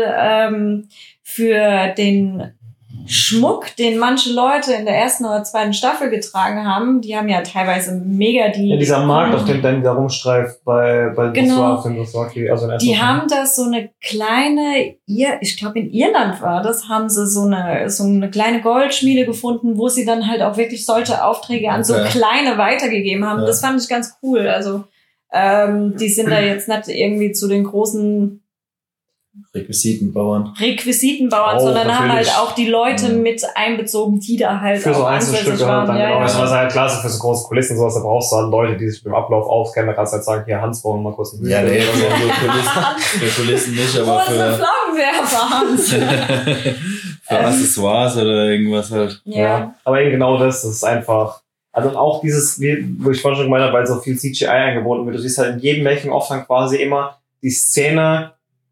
für den Schmuck, den manche Leute in der 1. oder 2. Staffel getragen haben, die haben ja teilweise mega die... Ja, dieser Markt, auf dem Dan da rumstreift bei genau. Dothraki, also in die haben da so eine kleine, ich glaube in Irland war das, haben sie so eine kleine Goldschmiede gefunden, wo sie dann halt auch wirklich solche Aufträge an so kleine weitergegeben haben. Ja. Das fand ich ganz cool. Also die sind da jetzt nicht irgendwie zu den großen Requisitenbauern, sondern haben halt auch die Leute mit einbezogen, die da halt für auch so Einzelstücke waren. Dann genau. Das war halt klasse für so große Kulissen und sowas. Da brauchst du halt Leute, die sich mit dem Ablauf auskennen. Da kannst du halt sagen, hier Hans, bauen wir mal kurz ein Bild. Ja, nee, für Kulissen nicht, aber für Flammenwerfer, Hans. für Accessoires oder irgendwas halt. Ja, aber eben genau das ist einfach. Also auch dieses, wo ich vorhin schon gemeint habe, weil so viel CGI angeboten wird. Du siehst halt in jedem Making-of dann quasi immer die Szene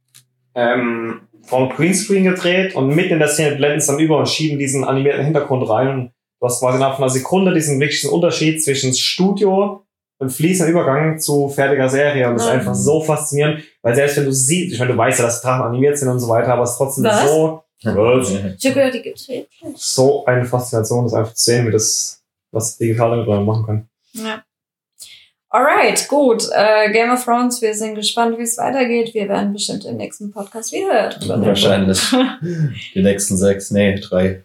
vom Greenscreen gedreht und mitten in der Szene blenden es dann über und schieben diesen animierten Hintergrund rein. Und du hast quasi nach einer Sekunde diesen wirklichen Unterschied zwischen Studio und fließender Übergang zu fertiger Serie. Und das ist einfach so faszinierend, weil selbst wenn du siehst, ich meine, du weißt ja, dass Drachen animiert sind und so weiter, aber es ist trotzdem so... Ich habe gehört, die gibt's so eine Faszination, das einfach zu sehen, wie das, was digital damit machen kann. Ja. Alright, gut. Game of Thrones, wir sind gespannt, wie es weitergeht. Wir werden bestimmt im nächsten Podcast wieder drüber reden. Wahrscheinlich. Die nächsten 3.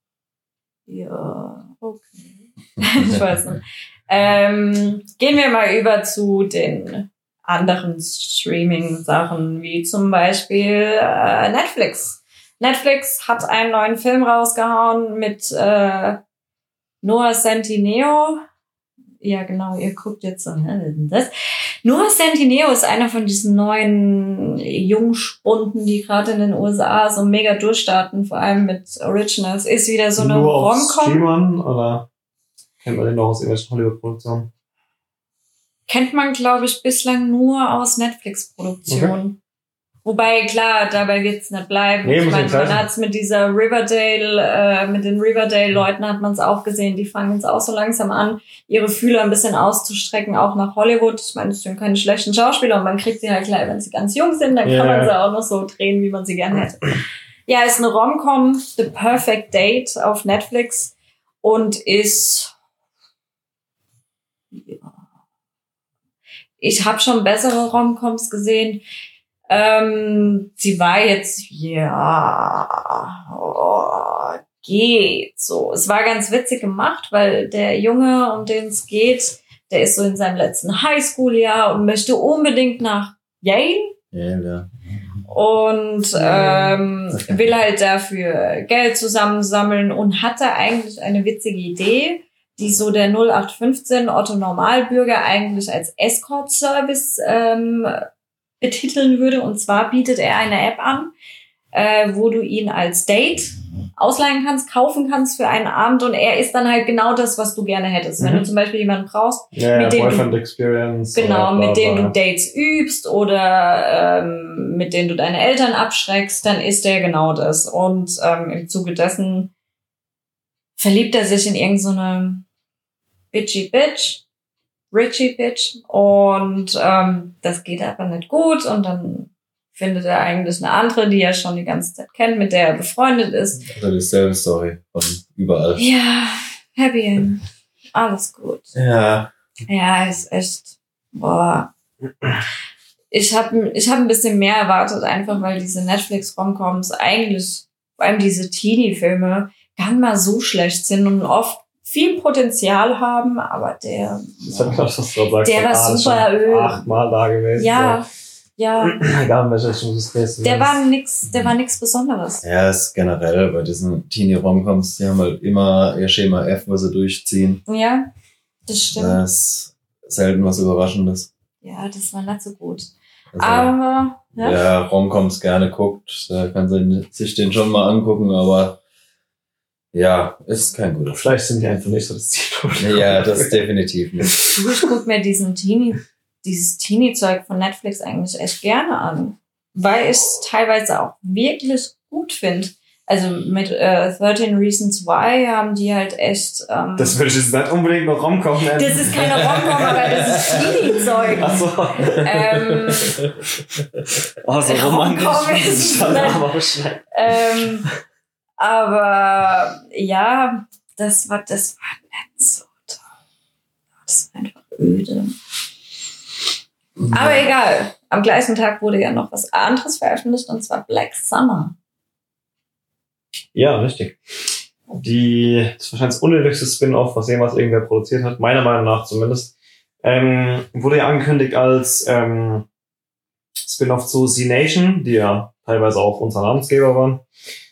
Ja, okay. Ich weiß nicht. Gehen wir mal über zu den anderen Streaming-Sachen, wie zum Beispiel Netflix. Netflix hat einen neuen Film rausgehauen mit Noah Centineo. Ja, genau, ihr guckt jetzt so, das. Noah Centineo ist einer von diesen neuen Jungspunden, die gerade in den USA so mega durchstarten, vor allem mit Originals. Ist wieder so eine Rom-Com. Rom-Com. Oder kennt man den noch aus irgendwelchen Hollywood-Produktionen? Kennt man, glaube ich, bislang nur aus Netflix-Produktionen. Okay. Wobei, klar, dabei wird's nicht bleiben. Nee, ich meine, man hat's mit dieser Riverdale, mit den Riverdale-Leuten hat man es auch gesehen. Die fangen jetzt auch so langsam an, ihre Fühler ein bisschen auszustrecken, auch nach Hollywood. Ich meine, das sind keine schlechten Schauspieler und man kriegt sie halt gleich, wenn sie ganz jung sind, dann kann man sie auch noch so drehen, wie man sie gerne hätte. Ja, ist eine Rom-Com, The Perfect Date auf Netflix und ist... Ja. Ich habe schon bessere Rom-Coms gesehen. Sie war jetzt, geht so. Es war ganz witzig gemacht, weil der Junge, um den es geht, der ist so in seinem letzten Highschool-Jahr und möchte unbedingt nach Yale. Ja. Und will halt dafür Geld zusammensammeln und hatte eigentlich eine witzige Idee, die so der 0815 Otto Normalbürger eigentlich als Escort-Service betiteln würde. Und zwar bietet er eine App an, wo du ihn als Date ausleihen kannst, kaufen kannst für einen Abend und er ist dann halt genau das, was du gerne hättest. Wenn du zum Beispiel jemanden brauchst, mit dem Boyfriend Experience. Genau, mit dem du Dates übst oder mit denen du deine Eltern abschreckst, dann ist der genau das. Und im Zuge dessen verliebt er sich in irgendeine Richie Bitch und das geht aber nicht gut und dann findet er eigentlich eine andere, die er schon die ganze Zeit kennt, mit der er befreundet ist. Also dieselbe Story von überall. Ja, Happy End. Alles gut. Ja. Ja, ist echt, boah. Ich hab ein bisschen mehr erwartet, einfach weil diese Netflix-Romcoms eigentlich, vor allem diese Teenie-Filme, gar nicht mal so schlecht sind und oft viel Potenzial haben, aber der war super öd. 8-mal da gewesen. Ja. Egal, in welcher Richtung du es gehst. Der war nix Besonderes. Ja, ist generell bei diesen Teenie-Romcoms, die haben halt immer ihr Schema F, was sie durchziehen. Ja, das stimmt. Das ist selten was Überraschendes. Ja, das war nicht so gut. Also, Aber, ja. wer Romcoms gerne guckt, der kann sich den schon mal angucken, aber ja, ist kein guter Film. Vielleicht sind die einfach nicht so das Ziel. Ja, das definitiv nicht. Ich guck mir dieses Teenie-Zeug von Netflix eigentlich echt gerne an, weil ich es teilweise auch wirklich gut finde. Also mit 13 Reasons Why haben die halt echt... das würde ich jetzt nicht unbedingt noch Rom-Com nennen. Das ist keine Rom-Com, aber das ist Teenie-Zeug. Ach so. So romantisch. Aber ja, das war nicht so toll. Das war einfach öde. Aber egal. Am gleichen Tag wurde ja noch was anderes veröffentlicht, und zwar Black Summer. Ja, richtig. Das ist wahrscheinlich das unnötigste Spin-Off, was jemals irgendwer produziert hat, meiner Meinung nach zumindest. Wurde ja angekündigt als Spin-Off zu Z-Nation, die ja teilweise auch unser Namensgeber waren.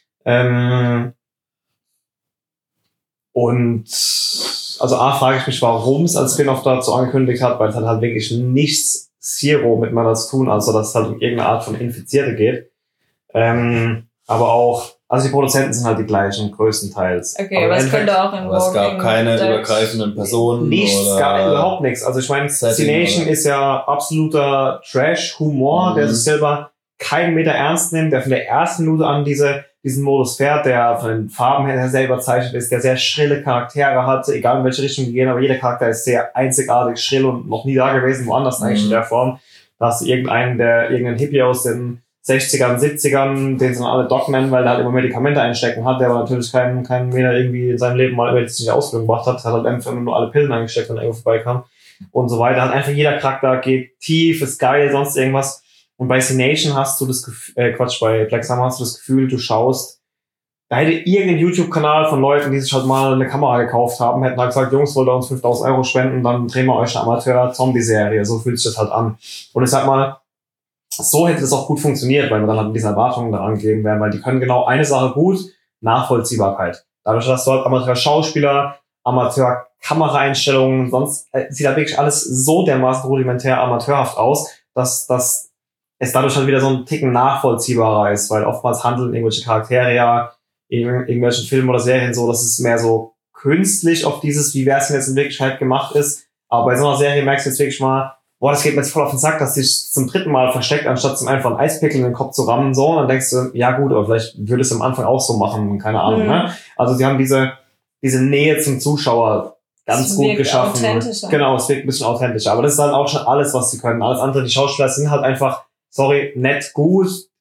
Und also frage ich mich, warum es als Spin-Off dazu angekündigt hat, weil es hat halt wirklich nichts Zero miteinander zu tun, also dass es halt um irgendeine Art von Infizierte geht. Aber auch, also die Produzenten sind halt die gleichen, größtenteils. Okay, aber es könnte auch in aber es gab keine übergreifenden Personen. Nichts, gar überhaupt nichts. Also ich meine, Z-Nation ist ja absoluter Trash-Humor, der sich selber keinen Meter ernst nimmt, der von der ersten Minute an diesen Modus fährt, der von den Farben her sehr überzeichnet ist, der sehr schrille Charaktere hat, egal in welche Richtung die gehen, aber jeder Charakter ist sehr einzigartig, schrill und noch nie da gewesen, woanders eigentlich in der Form. Da hast du irgendeinen Hippie aus den 60ern, 70ern, den sie dann alle Doc nennen, weil der halt immer Medikamente einstecken hat, der aber natürlich keinen Meter irgendwie in seinem Leben mal medizinische Ausbildung gemacht hat, hat halt einfach nur alle Pillen eingesteckt, wenn er irgendwo vorbeikam und so weiter. Hat einfach jeder Charakter geht tief, ist geil, sonst irgendwas. Und bei Z-Nation hast du das Gefühl, bei Black Summer hast du das Gefühl, du schaust, da hätte irgendein YouTube-Kanal von Leuten, die sich halt mal eine Kamera gekauft haben, hätten halt gesagt, Jungs, wollt ihr uns 5.000 Euro spenden, dann drehen wir euch eine Amateur-Zombie-Serie. So fühlt sich das halt an. Und ich sag mal, so hätte das auch gut funktioniert, weil wir dann halt diese Erwartungen daran geben werden, weil die können genau eine Sache gut, Nachvollziehbarkeit. Dadurch, dass du halt Amateur-Schauspieler, Amateur-Kameraeinstellungen, sonst sieht da wirklich alles so dermaßen rudimentär amateurhaft aus, dass es dadurch halt wieder so ein Ticken nachvollziehbarer ist, weil oftmals handeln irgendwelche Charaktere ja in irgendwelchen Filmen oder Serien so, dass es mehr so künstlich auf dieses, wie wer es denn jetzt in Wirklichkeit gemacht ist. Aber bei so einer Serie merkst du jetzt wirklich mal, boah, das geht mir jetzt voll auf den Sack, dass sich zum 3. Mal versteckt, anstatt zum einfach einen Eispickel in den Kopf zu rammen, so. Und dann denkst du, ja gut, aber vielleicht würde es am Anfang auch so machen, keine Ahnung, ne? Also sie haben diese Nähe zum Zuschauer ganz gut geschaffen. Genau, es wirkt ein bisschen authentischer. Aber das ist halt auch schon alles, was sie können. Alles andere, die Schauspieler sind halt einfach, sorry, nett gut,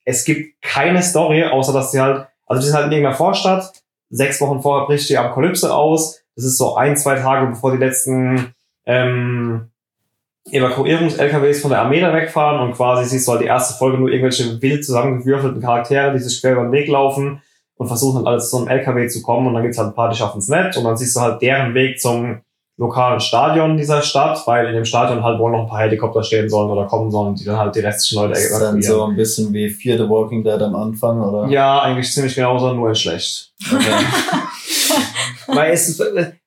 es gibt keine Story, außer dass die halt, also die sind halt in irgendeiner Vorstadt, 6 Wochen vorher bricht die Apokalypse aus, das ist so 1-2 Tage, bevor die letzten Evakuierungs-LKWs von der Armee da wegfahren und quasi siehst du halt die erste Folge nur irgendwelche wild zusammengewürfelten Charaktere, die sich quer über den Weg laufen und versuchen halt alles zu einem LKW zu kommen und dann gibt's halt ein paar, die schaffen's nicht und dann siehst du halt deren Weg zum lokalen Stadion dieser Stadt, weil in dem Stadion halt wohl noch ein paar Helikopter stehen sollen oder kommen sollen, die dann halt die restlichen Leute evakuieren. Das ist dann so ein bisschen wie Fear the Walking Dead am Anfang, oder? Ja, eigentlich ziemlich genauso, nur in schlecht. Okay. Weil es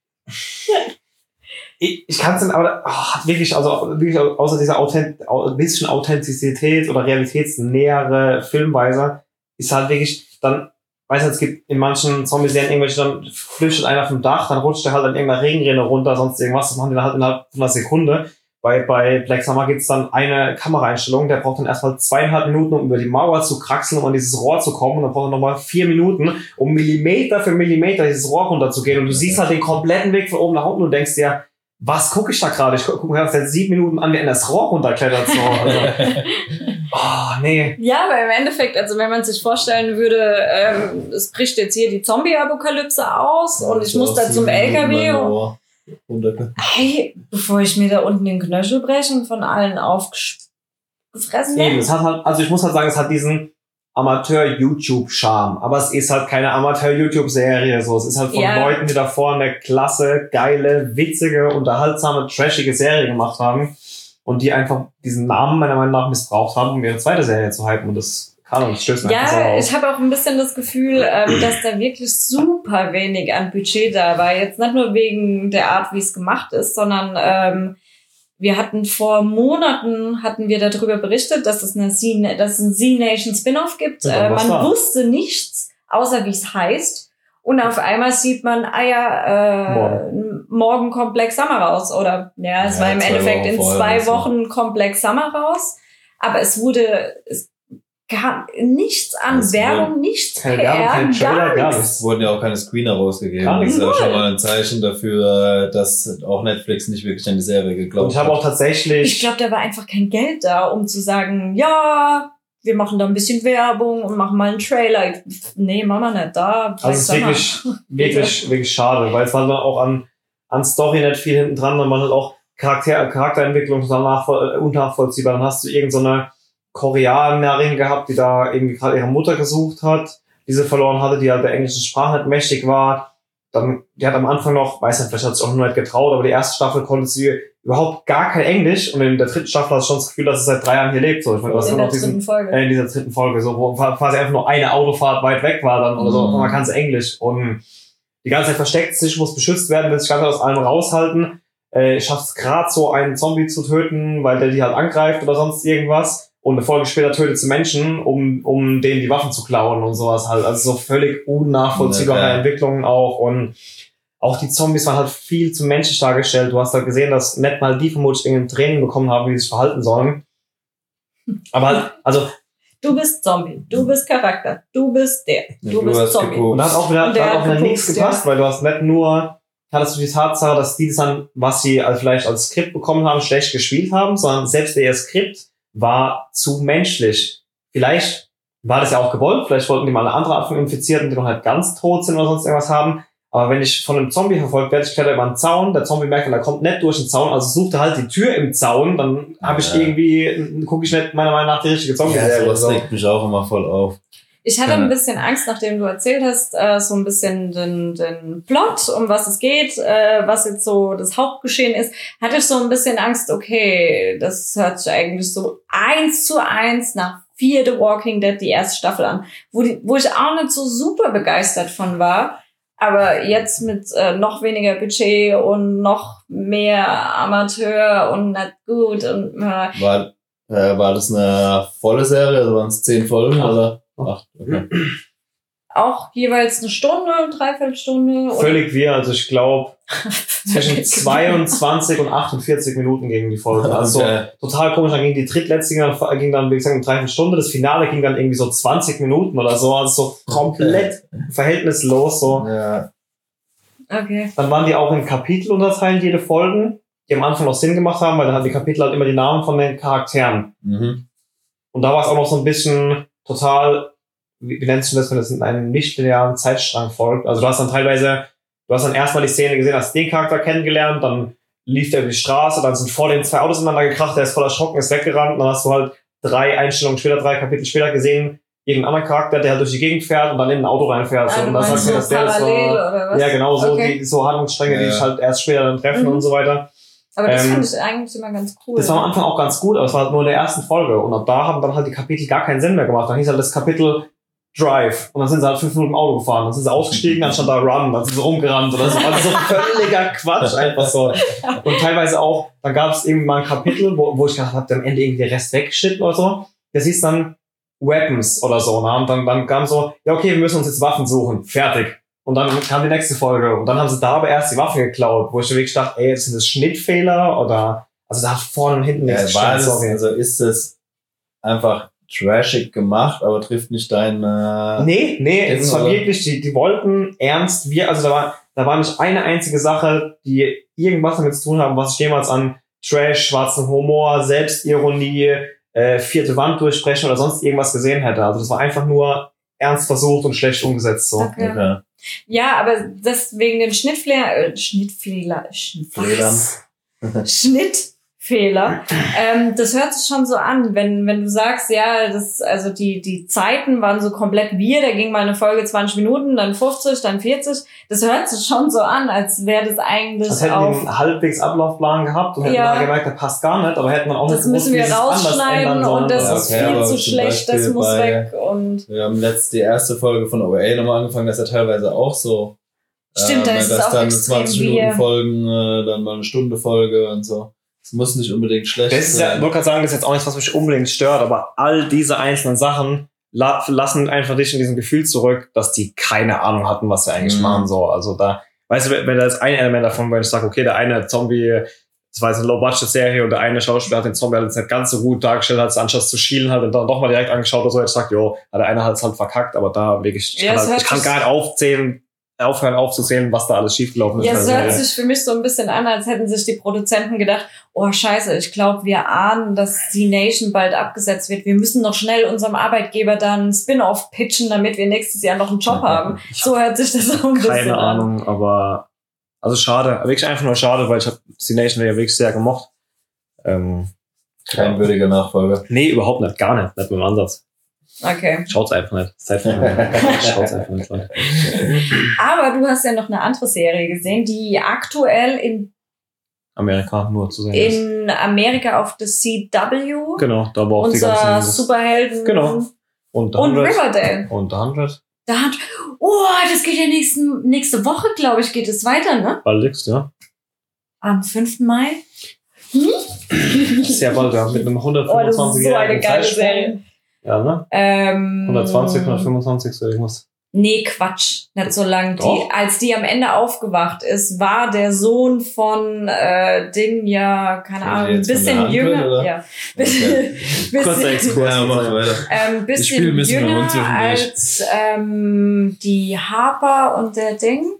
ich kann es dann aber wirklich außer dieser bisschen Authentizität oder realitätsnähere Filmweise ist halt wirklich dann, weiß nicht, es gibt in manchen Zombie-Serien irgendwelche, dann flüchtet einer vom Dach, dann rutscht er halt an irgendeiner Regenrinne runter, sonst irgendwas, das machen die dann halt innerhalb von einer Sekunde. Bei Black Summer gibt's dann eine Kameraeinstellung, der braucht dann erstmal 2,5 Minuten, um über die Mauer zu kraxeln, um an dieses Rohr zu kommen, und dann braucht er nochmal 4 Minuten, um Millimeter für Millimeter dieses Rohr runterzugehen, und du siehst halt den kompletten Weg von oben nach unten und denkst dir, was gucke ich da gerade? Ich gucke mir seit 7 Minuten an, wie er in das Rohr runterklettert. So. Also, nee. Ja, aber im Endeffekt, also wenn man sich vorstellen würde, es bricht jetzt hier die Zombie-Apokalypse aus, und ich muss da zum LKW und hey, bevor ich mir da unten den Knöchel breche und von allen aufgefressen werde. Es hat halt, also ich muss halt sagen, es hat diesen Amateur-YouTube-Charme, aber es ist halt keine Amateur-YouTube-Serie, so. Es ist halt von Leuten, die davor eine klasse, geile, witzige, unterhaltsame, trashige Serie gemacht haben und die einfach diesen Namen meiner Meinung nach missbraucht haben, um ihre zweite Serie zu hypen, und das kann und stößt mir einfach so auf. Ich habe auch ein bisschen das Gefühl, dass da wirklich super wenig an Budget da war. Jetzt nicht nur wegen der Art, wie es gemacht ist, sondern wir hatten vor Monaten darüber berichtet, dass es ein Z-Nation Spin-Off gibt. Man wusste nichts, außer wie es heißt. Und auf einmal sieht man, morgen kommt Black Summer raus. Oder es war im Endeffekt in 2 Wochen kommt Black Summer raus. Aber es kam nichts an Werbung, nichts keine PR, Werbung, kein Trailer, gar nichts. Es wurden ja auch keine Screener rausgegeben. Das ist ja schon mal ein Zeichen dafür, dass auch Netflix nicht wirklich an die Serie geglaubt hat. Und ich habe auch tatsächlich... Ich glaube, da war einfach kein Geld da, um zu sagen, ja, wir machen da ein bisschen Werbung und machen mal einen Trailer. Nee, machen wir nicht da. Also es ist wirklich schade, weil es war dann auch an Story nicht viel hinten dran, sondern man hat auch Charakterentwicklung unnachvollziehbar. Dann hast du irgendeine Koreanerin gehabt, die da irgendwie gerade ihre Mutter gesucht hat, die sie verloren hatte, die halt der englischen Sprache nicht mächtig war. Dann, die hat am Anfang noch, weiß nicht, vielleicht hat sie auch nur nicht getraut, aber die erste Staffel konnte sie überhaupt gar kein Englisch, und in der 3. Staffel hast du schon das Gefühl, dass sie seit 3 Jahren hier lebt. So, ich meine, du hast immer noch in dieser 3. Folge, so, wo quasi einfach nur eine Autofahrt weit weg war dann oder so, und man kann sie Englisch, und die ganze Zeit versteckt sich, muss beschützt werden, will sich ganz aus allem raushalten, schafft es gerade so, einen Zombie zu töten, weil der die halt angreift oder sonst irgendwas. Und eine Folge später tötet sie Menschen, um denen die Waffen zu klauen und sowas halt. Also so völlig unnachvollziehbare Entwicklungen auch. Und auch die Zombies waren halt viel zu menschlich dargestellt. Du hast da gesehen, dass nicht mal die vermutlich irgendein Training bekommen haben, wie sie sich verhalten sollen. Aber halt, also... Du bist Zombie, du bist Charakter, du bist der, du bist Zombie. Und da hat auch wieder nichts gepasst, weil du hast nicht nur... hattest du die Tatsache, dass die das dann, was sie vielleicht als Skript bekommen haben, schlecht gespielt haben, sondern selbst ihr Skript war zu menschlich. Vielleicht war das ja auch gewollt, vielleicht wollten die mal eine andere Art von Infizierten, die noch halt ganz tot sind oder sonst irgendwas haben, aber wenn ich von einem Zombie verfolgt werde, ich kletter über einen Zaun, der Zombie merkt, er kommt nicht durch den Zaun, also sucht er halt die Tür im Zaun, dann habe ich gucke ich nicht meiner Meinung nach die richtige Zombie-Serie. Ja, das regt mich auch immer voll auf. Ich hatte ein bisschen Angst, nachdem du erzählt hast, so ein bisschen den Plot, um was es geht, was jetzt so das Hauptgeschehen ist, hatte ich so ein bisschen Angst, okay, das hört sich eigentlich so 1:1 nach Fear the Walking Dead, die erste Staffel an, wo ich auch nicht so super begeistert von war, aber jetzt mit noch weniger Budget und noch mehr Amateur und nicht gut und war das eine volle Serie, also waren es 10 Folgen oder? 8, okay. Auch jeweils eine Stunde, 3/4 Stunde. Völlig wir, also ich glaube zwischen 22 und 48 Minuten gegen die Folge. Also total komisch, dann ging die drittletzte, ging dann wie gesagt eine 3/4 Stunde, das Finale ging dann irgendwie so 20 Minuten oder so, also so komplett verhältnislos so. Ja. Okay. Dann waren die auch in Kapitel unterteilt, jede Folgen, die am Anfang noch Sinn gemacht haben, weil dann hatten die Kapitel halt immer die Namen von den Charakteren. Mhm. Und da war es auch noch so ein bisschen total, wie nennst du das, wenn das in einem nicht-linearen Zeitstrang folgt? Also du hast dann erstmal die Szene gesehen, hast den Charakter kennengelernt, dann lief der über die Straße, dann sind vor den 2 Autos ineinander gekracht, der ist voll erschrocken, ist weggerannt, dann hast du halt 3 Kapitel später gesehen, irgendeinen anderen Charakter, der halt durch die Gegend fährt und dann in ein Auto reinfährt. Also und dann sagst du, dass der parallel oder was? Ja, genau, so, Okay. so Handlungsstränge, die sich halt erst später dann treffen und so weiter. Aber das finde ich eigentlich immer ganz cool. Das war am Anfang auch ganz gut, aber es war halt nur in der ersten Folge. Und ab da haben dann halt die Kapitel gar keinen Sinn mehr gemacht. Dann hieß halt das Kapitel Drive. Und dann sind sie halt 5 Minuten im Auto gefahren. Dann sind sie ausgestiegen, dann stand da Run. Dann sind sie rumgerannt. Und das war so völliger Quatsch einfach so. Und teilweise auch, dann gab es irgendwie mal ein Kapitel, wo ich gedacht habe, am Ende irgendwie der Rest weggeschnitten oder so. Das hieß dann Weapons oder so. Und dann kam so, ja okay, wir müssen uns jetzt Waffen suchen. Fertig. Und dann kam die nächste Folge. Und dann haben sie da aber erst die Waffe geklaut, wo ich wirklich dachte, ey, sind das Schnittfehler oder, also da hat vorne und hinten nichts gestimmt. Also ist es einfach trashig gemacht, aber trifft nicht deine... Nee, es war wirklich, die wollten ernst, also da war nicht eine einzige Sache, die irgendwas damit zu tun haben, was ich jemals an Trash, schwarzen Humor, Selbstironie, 4. Wand durchbrechen oder sonst irgendwas gesehen hätte. Also das war einfach nur ernst versucht und schlecht umgesetzt so. Okay. Ja, aber das wegen dem Schnittfehler, das hört sich schon so an, wenn du sagst, ja, also die Zeiten waren so komplett da ging mal eine Folge 20 Minuten, dann 50, dann 40, das hört sich schon so an, als wäre das eigentlich das hätten die einen halbwegs Ablaufplan gehabt und hätten dann gemerkt, der passt gar nicht, aber hätten dann auch das nicht müssen wir rausschneiden und das ist viel zu schlecht, das muss weg. Und wir haben letzte die erste Folge von OA nochmal angefangen, das ist ja teilweise auch so. Stimmt, da ist es auch dann extrem 20 Minuten Folgen, dann mal eine Stunde Folge und so. Es muss nicht unbedingt schlecht sein. Ich wollte gerade sagen, das ist jetzt auch nichts, was mich unbedingt stört, aber all diese einzelnen Sachen lassen einfach dich in diesem Gefühl zurück, dass die keine Ahnung hatten, was sie eigentlich machen. So, also da, weißt du, wenn da ist ein Element davon, wenn ich sage, okay, der eine Zombie, das war jetzt eine Low-Budget-Serie und der eine Schauspieler hat den Zombie halt jetzt nicht ganz so gut dargestellt, als anstatt zu schielen halt und dann doch mal direkt angeschaut oder so, ich sag, jo, der eine hat es halt verkackt, aber da wirklich, ich kann gar nicht aufhören aufzuzählen, was da alles schiefgelaufen ist. Ja, es hört sich für mich so ein bisschen an, als hätten sich die Produzenten gedacht, oh scheiße, ich glaube, wir ahnen, dass die Nation bald abgesetzt wird. Wir müssen noch schnell unserem Arbeitgeber dann einen Spin-off pitchen, damit wir nächstes Jahr noch einen Job haben. So hört sich das auch ein bisschen an. Keine Ahnung, aber also schade, wirklich einfach nur schade, weil ich habe die Nation ja wirklich sehr gemocht. Kein würdiger Nachfolger. Nee, überhaupt nicht, gar nicht, nicht mit dem Ansatz. Okay. Schaut's einfach nicht. Schaut's einfach nicht. Aber du hast ja noch eine andere Serie gesehen, die aktuell in Amerika nur zu sehen ist. In Amerika auf der CW. Genau, da war auch die ganzen... Unser Superhelden. Genau. Und Riverdale. Und 100. Das geht ja nächste Woche, glaube ich, geht es weiter, ne? Baldigst, ja. Am 5. Mai. Sehr bald, ja. Mit einem 125-jährigen das ist so eine geile Serie. Ja, ne? 120, 125, so irgendwas. Nee, Quatsch. Nicht so lang. Als die am Ende aufgewacht ist, war der Sohn von keine Ahnung, ein bisschen jünger. Oder? Ja. Kurzer Exkurs. Ja, mach weiter. Bisschen jünger als die Harper und der Ding.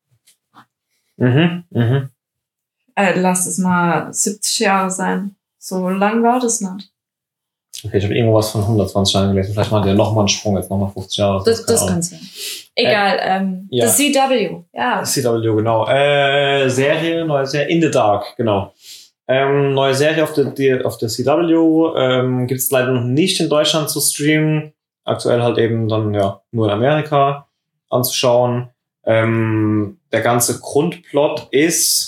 Lass es mal 70 Jahre sein. So lang war das nicht. Okay, ich habe irgendwas von 120 Jahren gelesen. Vielleicht machen die ja nochmal einen Sprung, jetzt nochmal 50 Jahre. Das kann sein. Egal, ja. Das CW, ja. Das CW, genau. Neue Serie, In the Dark, genau. Neue Serie auf der CW, gibt's leider noch nicht in Deutschland zu streamen. Aktuell halt eben dann, ja, nur in Amerika anzuschauen. Der ganze Grundplot ist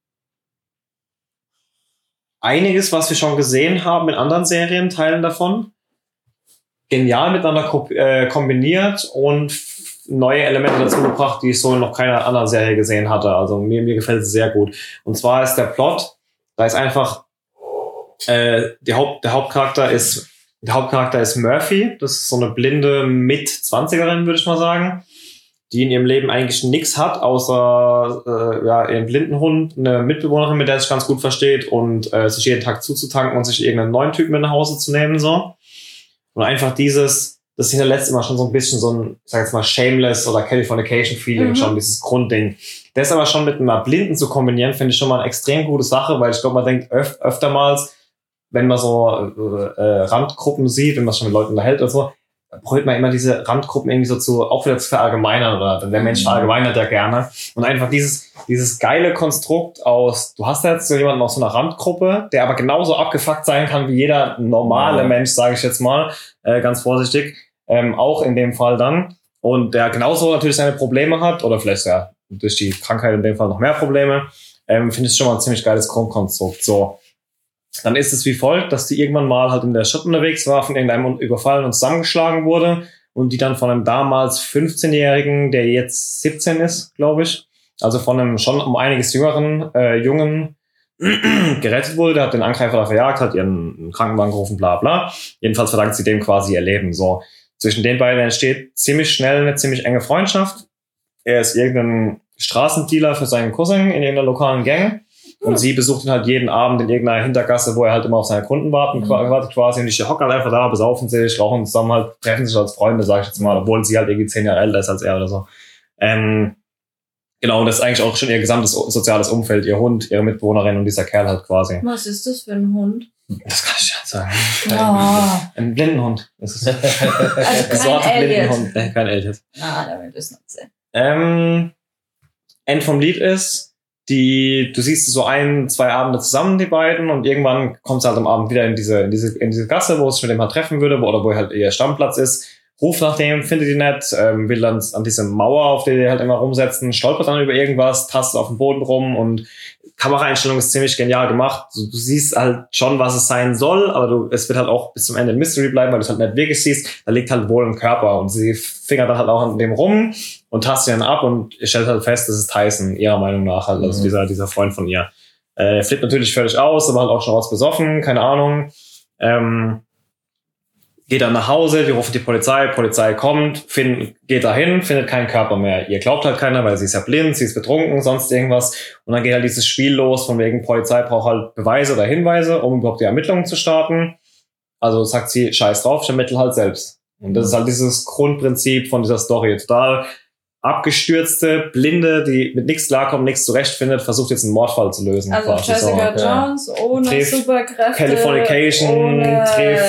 einiges, was wir schon gesehen haben in anderen Serienteilen davon, genial miteinander kombiniert und neue Elemente dazu gebracht, die ich so in noch keiner anderen Serie gesehen hatte. Also mir gefällt es sehr gut. Und zwar ist der Plot, da ist einfach der Hauptcharakter ist Murphy. Das ist so eine blinde Mit-20erin, würde ich mal sagen, die in ihrem Leben eigentlich nichts hat, außer ihren blinden Hund, eine Mitbewohnerin, mit der sich ganz gut versteht und sich jeden Tag zuzutanken und sich irgendeinen neuen Typen mit nach Hause zu nehmen. So. Und einfach das hinterlässt immer schon so ein bisschen so ein, ich sag jetzt mal, Shameless oder Californication-Feeling, schon dieses Grundding. Das aber schon mit einer Blinden zu kombinieren, finde ich schon mal eine extrem gute Sache, weil ich glaube, man denkt öftermals, wenn man so Randgruppen sieht, wenn man sich schon mit Leuten unterhält oder so, probiert man immer diese Randgruppen irgendwie so auch wieder zu verallgemeinern, oder der Mensch verallgemeinert ja gerne. Und einfach dieses geile Konstrukt aus, du hast jetzt so jemanden aus so einer Randgruppe, der aber genauso abgefuckt sein kann wie jeder normale Mensch, sage ich jetzt mal, ganz vorsichtig, auch in dem Fall dann. Und der genauso natürlich seine Probleme hat, oder vielleicht ja durch die Krankheit in dem Fall noch mehr Probleme, finde ich schon mal ein ziemlich geiles Grundkonstrukt. So. Dann ist es wie folgt, dass die irgendwann mal halt in der Stadt unterwegs war, von irgendeinem überfallen und zusammengeschlagen wurde und die dann von einem damals 15-Jährigen, der jetzt 17 ist, glaube ich, also von einem schon um einiges jüngeren Jungen gerettet wurde. Der hat den Angreifer da verjagt, hat ihren Krankenwagen gerufen, bla bla. Jedenfalls verdankt sie dem quasi ihr Leben. So. Zwischen den beiden entsteht ziemlich schnell eine ziemlich enge Freundschaft. Er ist irgendein Straßendealer für seinen Cousin in irgendeiner lokalen Gang. Und sie besucht ihn halt jeden Abend in irgendeiner Hintergasse, wo er halt immer auf seine Kunden wartet quasi. Und die hocken halt einfach da, besaufen sich, rauchen zusammen, halt, treffen sich als Freunde, sag ich jetzt mal, obwohl sie halt irgendwie 10 Jahre älter ist als er oder so. Genau, und das ist eigentlich auch schon ihr gesamtes soziales Umfeld, ihr Hund, ihre Mitbewohnerin und dieser Kerl halt quasi. Was ist das für ein Hund? Das kann ich ja sagen. Oh. Ein Blindenhund. Das ist Also kein Elliot. Kein Elliot. Damit ist noch sehr. End vom Lied ist, du siehst so 1-2 Abende zusammen, die beiden, und irgendwann kommt sie halt am Abend wieder in diese Gasse, wo es mit dem halt treffen würde, wo halt ihr Stammplatz ist, ruft nach dem, findet ihn nett, will dann an diese Mauer, auf der die halt immer rumsetzen, stolpert dann über irgendwas, tastet auf dem Boden rum, und Kameraeinstellung ist ziemlich genial gemacht. Du siehst halt schon, was es sein soll, aber es wird halt auch bis zum Ende ein Mystery bleiben, weil du es halt nicht wirklich siehst. Da liegt halt wohl ein Körper, und sie fingert dann halt auch an dem rum und tastet ihn ab und stellt halt fest, das ist Tyson, ihrer Meinung nach halt, also dieser Freund von ihr. Flippt natürlich völlig aus, aber halt auch schon was besoffen, keine Ahnung. Geht dann nach Hause, die rufen die Polizei kommt, geht dahin, findet keinen Körper mehr. Ihr glaubt halt keiner, weil sie ist ja blind, sie ist betrunken, sonst irgendwas. Und dann geht halt dieses Spiel los, von wegen Polizei braucht halt Beweise oder Hinweise, um überhaupt die Ermittlungen zu starten. Also sagt sie, scheiß drauf, ich ermittle halt selbst. Und das ist halt dieses Grundprinzip von dieser Story. Total abgestürzte, Blinde, die mit nichts klarkommt, nichts zurechtfindet, versucht jetzt einen Mordfall zu lösen. Also Jessica Jones ohne Superkräfte, Californication, ohne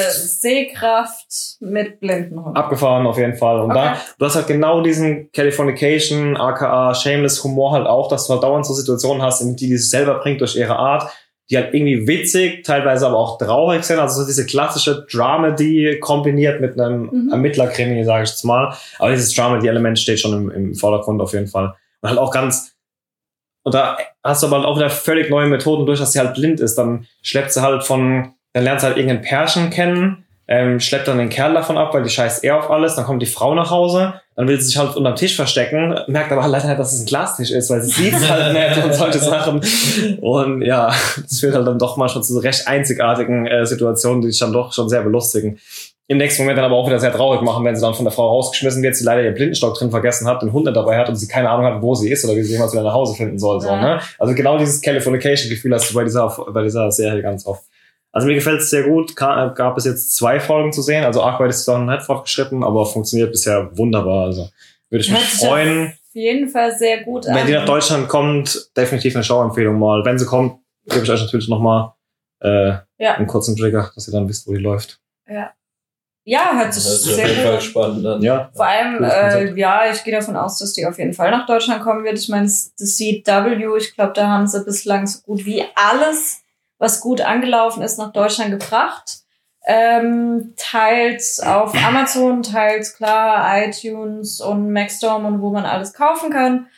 Sehkraft, mit blinden Hunden. Abgefahren auf jeden Fall. Und da, du hast halt genau diesen Californication, aka Shameless Humor halt auch, dass du halt dauernd so Situationen hast, in die sich selber bringt durch ihre Art, die halt irgendwie witzig, teilweise aber auch traurig sind. Also so diese klassische Dramedy kombiniert mit einem Ermittlerkrimi, sage ich jetzt mal. Aber dieses Dramedy-Element steht schon im Vordergrund auf jeden Fall. Und halt auch und da hast du aber halt auch wieder völlig neue Methoden durch, dass sie halt blind ist. Dann lernt sie halt irgendein Pärchen kennen, schleppt dann den Kerl davon ab, weil die scheißt auf alles. Dann kommt die Frau nach Hause, dann will sie sich halt unterm Tisch verstecken, merkt aber leider nicht, dass es ein Glastisch ist, weil sie sieht es halt nicht und solche Sachen. Und ja, das führt halt dann doch mal schon zu so recht einzigartigen Situationen, die sich dann doch schon sehr belustigen. Im nächsten Moment dann aber auch wieder sehr traurig machen, wenn sie dann von der Frau rausgeschmissen wird, sie leider ihr Blindenstock drin vergessen hat, den Hund nicht dabei hat und sie keine Ahnung hat, wo sie ist oder wie sie jemals wieder nach Hause finden soll. So, ne? Also genau dieses Californication-Gefühl hast du bei dieser Serie ganz oft. Also mir gefällt es sehr gut. Gab es jetzt 2 Folgen zu sehen. Also Arkwright ist dann nicht fortgeschritten, aber funktioniert bisher wunderbar. Also würde ich mich freuen. Auf jeden Fall sehr gut an. Wenn die nach Deutschland kommt, definitiv eine Schauempfehlung mal. Wenn sie kommt, gebe ich euch natürlich nochmal einen kurzen Trigger, dass ihr dann wisst, wo die läuft. Ja, hört sich sehr gut an. Spannend dann. Ja. Vor allem, ich gehe davon aus, dass die auf jeden Fall nach Deutschland kommen wird. Ich meine, das CW, ich glaube, da haben sie bislang so gut wie alles, was gut angelaufen ist, nach Deutschland gebracht. Teils auf Amazon, teils klar iTunes und Maxdome und wo man alles kaufen kann.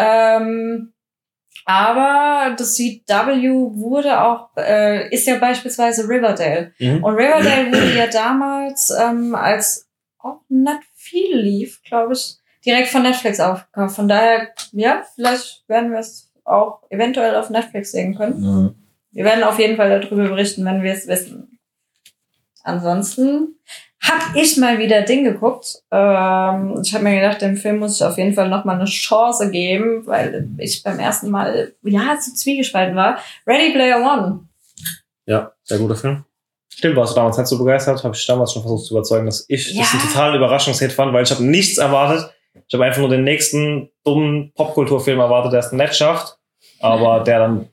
Aber das CW wurde auch, ist ja beispielsweise Riverdale. Und Riverdale wurde ja damals, als auch nicht viel lief, glaube ich, direkt von Netflix aufgekauft. Von daher, ja, vielleicht werden wir es auch eventuell auf Netflix sehen können. Wir werden auf jeden Fall darüber berichten, wenn wir es wissen. Ansonsten habe ich mal wieder Ding geguckt. Ich habe mir gedacht, dem Film muss ich auf jeden Fall nochmal eine Chance geben, weil ich beim ersten Mal so zwiegespalten war. Ready Player One. Ja, sehr guter Film. Stimmt, warst du damals nicht so begeistert? Habe ich damals schon versucht zu überzeugen, dass ich das einen totalen Überraschungshit fand, weil ich habe nichts erwartet. Ich habe einfach nur den nächsten dummen Popkulturfilm erwartet, der es nicht schafft, aber der dann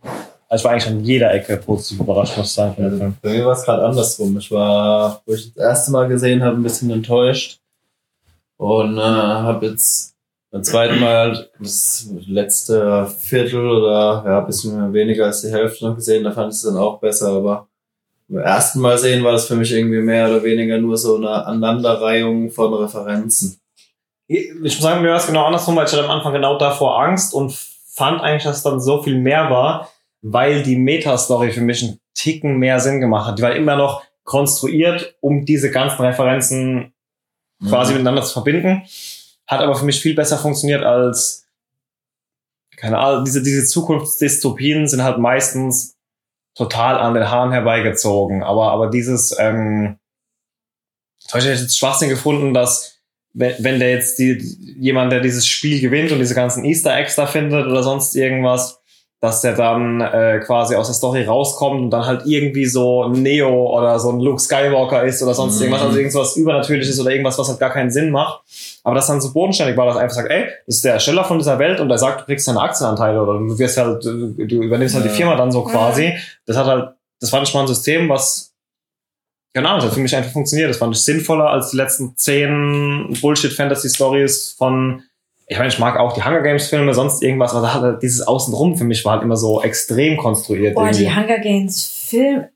Also ich war eigentlich an jeder Ecke positiv überrascht, muss ich sagen. Also, bei mir war es gerade andersrum. Wo ich das erste Mal gesehen habe, ein bisschen enttäuscht. Und habe jetzt beim zweiten Mal das letzte Viertel oder ja, ein bisschen weniger als die Hälfte noch gesehen. Da fand ich es dann auch besser. Aber beim ersten Mal sehen war das für mich irgendwie mehr oder weniger nur so eine Aneinanderreihung von Referenzen. Ich muss sagen, mir war es genau andersrum, weil ich hatte am Anfang genau davor Angst und fand eigentlich, dass es dann so viel mehr war, weil die Meta-Story für mich einen Ticken mehr Sinn gemacht hat. Die war immer noch konstruiert, um diese ganzen Referenzen quasi miteinander zu verbinden. Hat aber für mich viel besser funktioniert als, keine Ahnung, diese Zukunftsdystopien sind halt meistens total an den Haaren herbeigezogen. Aber dieses, zum Beispiel hätte ich jetzt Schwachsinn gefunden, dass wenn der jetzt jemand, der dieses Spiel gewinnt und diese ganzen Easter Eggs da findet oder sonst irgendwas, dass der dann quasi aus der Story rauskommt und dann halt irgendwie so ein Neo oder so ein Luke Skywalker ist oder sonst irgendwas, also irgendwas Übernatürliches oder irgendwas, was halt gar keinen Sinn macht. Aber das dann so bodenständig war, dass er einfach sagt, ey, das ist der Ersteller von dieser Welt und er sagt, du kriegst deine Aktienanteile oder du wirst halt, du übernimmst halt die Firma dann so quasi. Das fand ich mal ein System, was genau, das hat für mich einfach funktioniert. Das fand ich sinnvoller als die letzten 10 Bullshit-Fantasy-Stories von, ich meine, ich mag auch die Hunger Games-Filme, sonst irgendwas, aber da hat dieses Außenrum für mich war halt immer so extrem konstruiert. Boah, die Hunger Games-Filme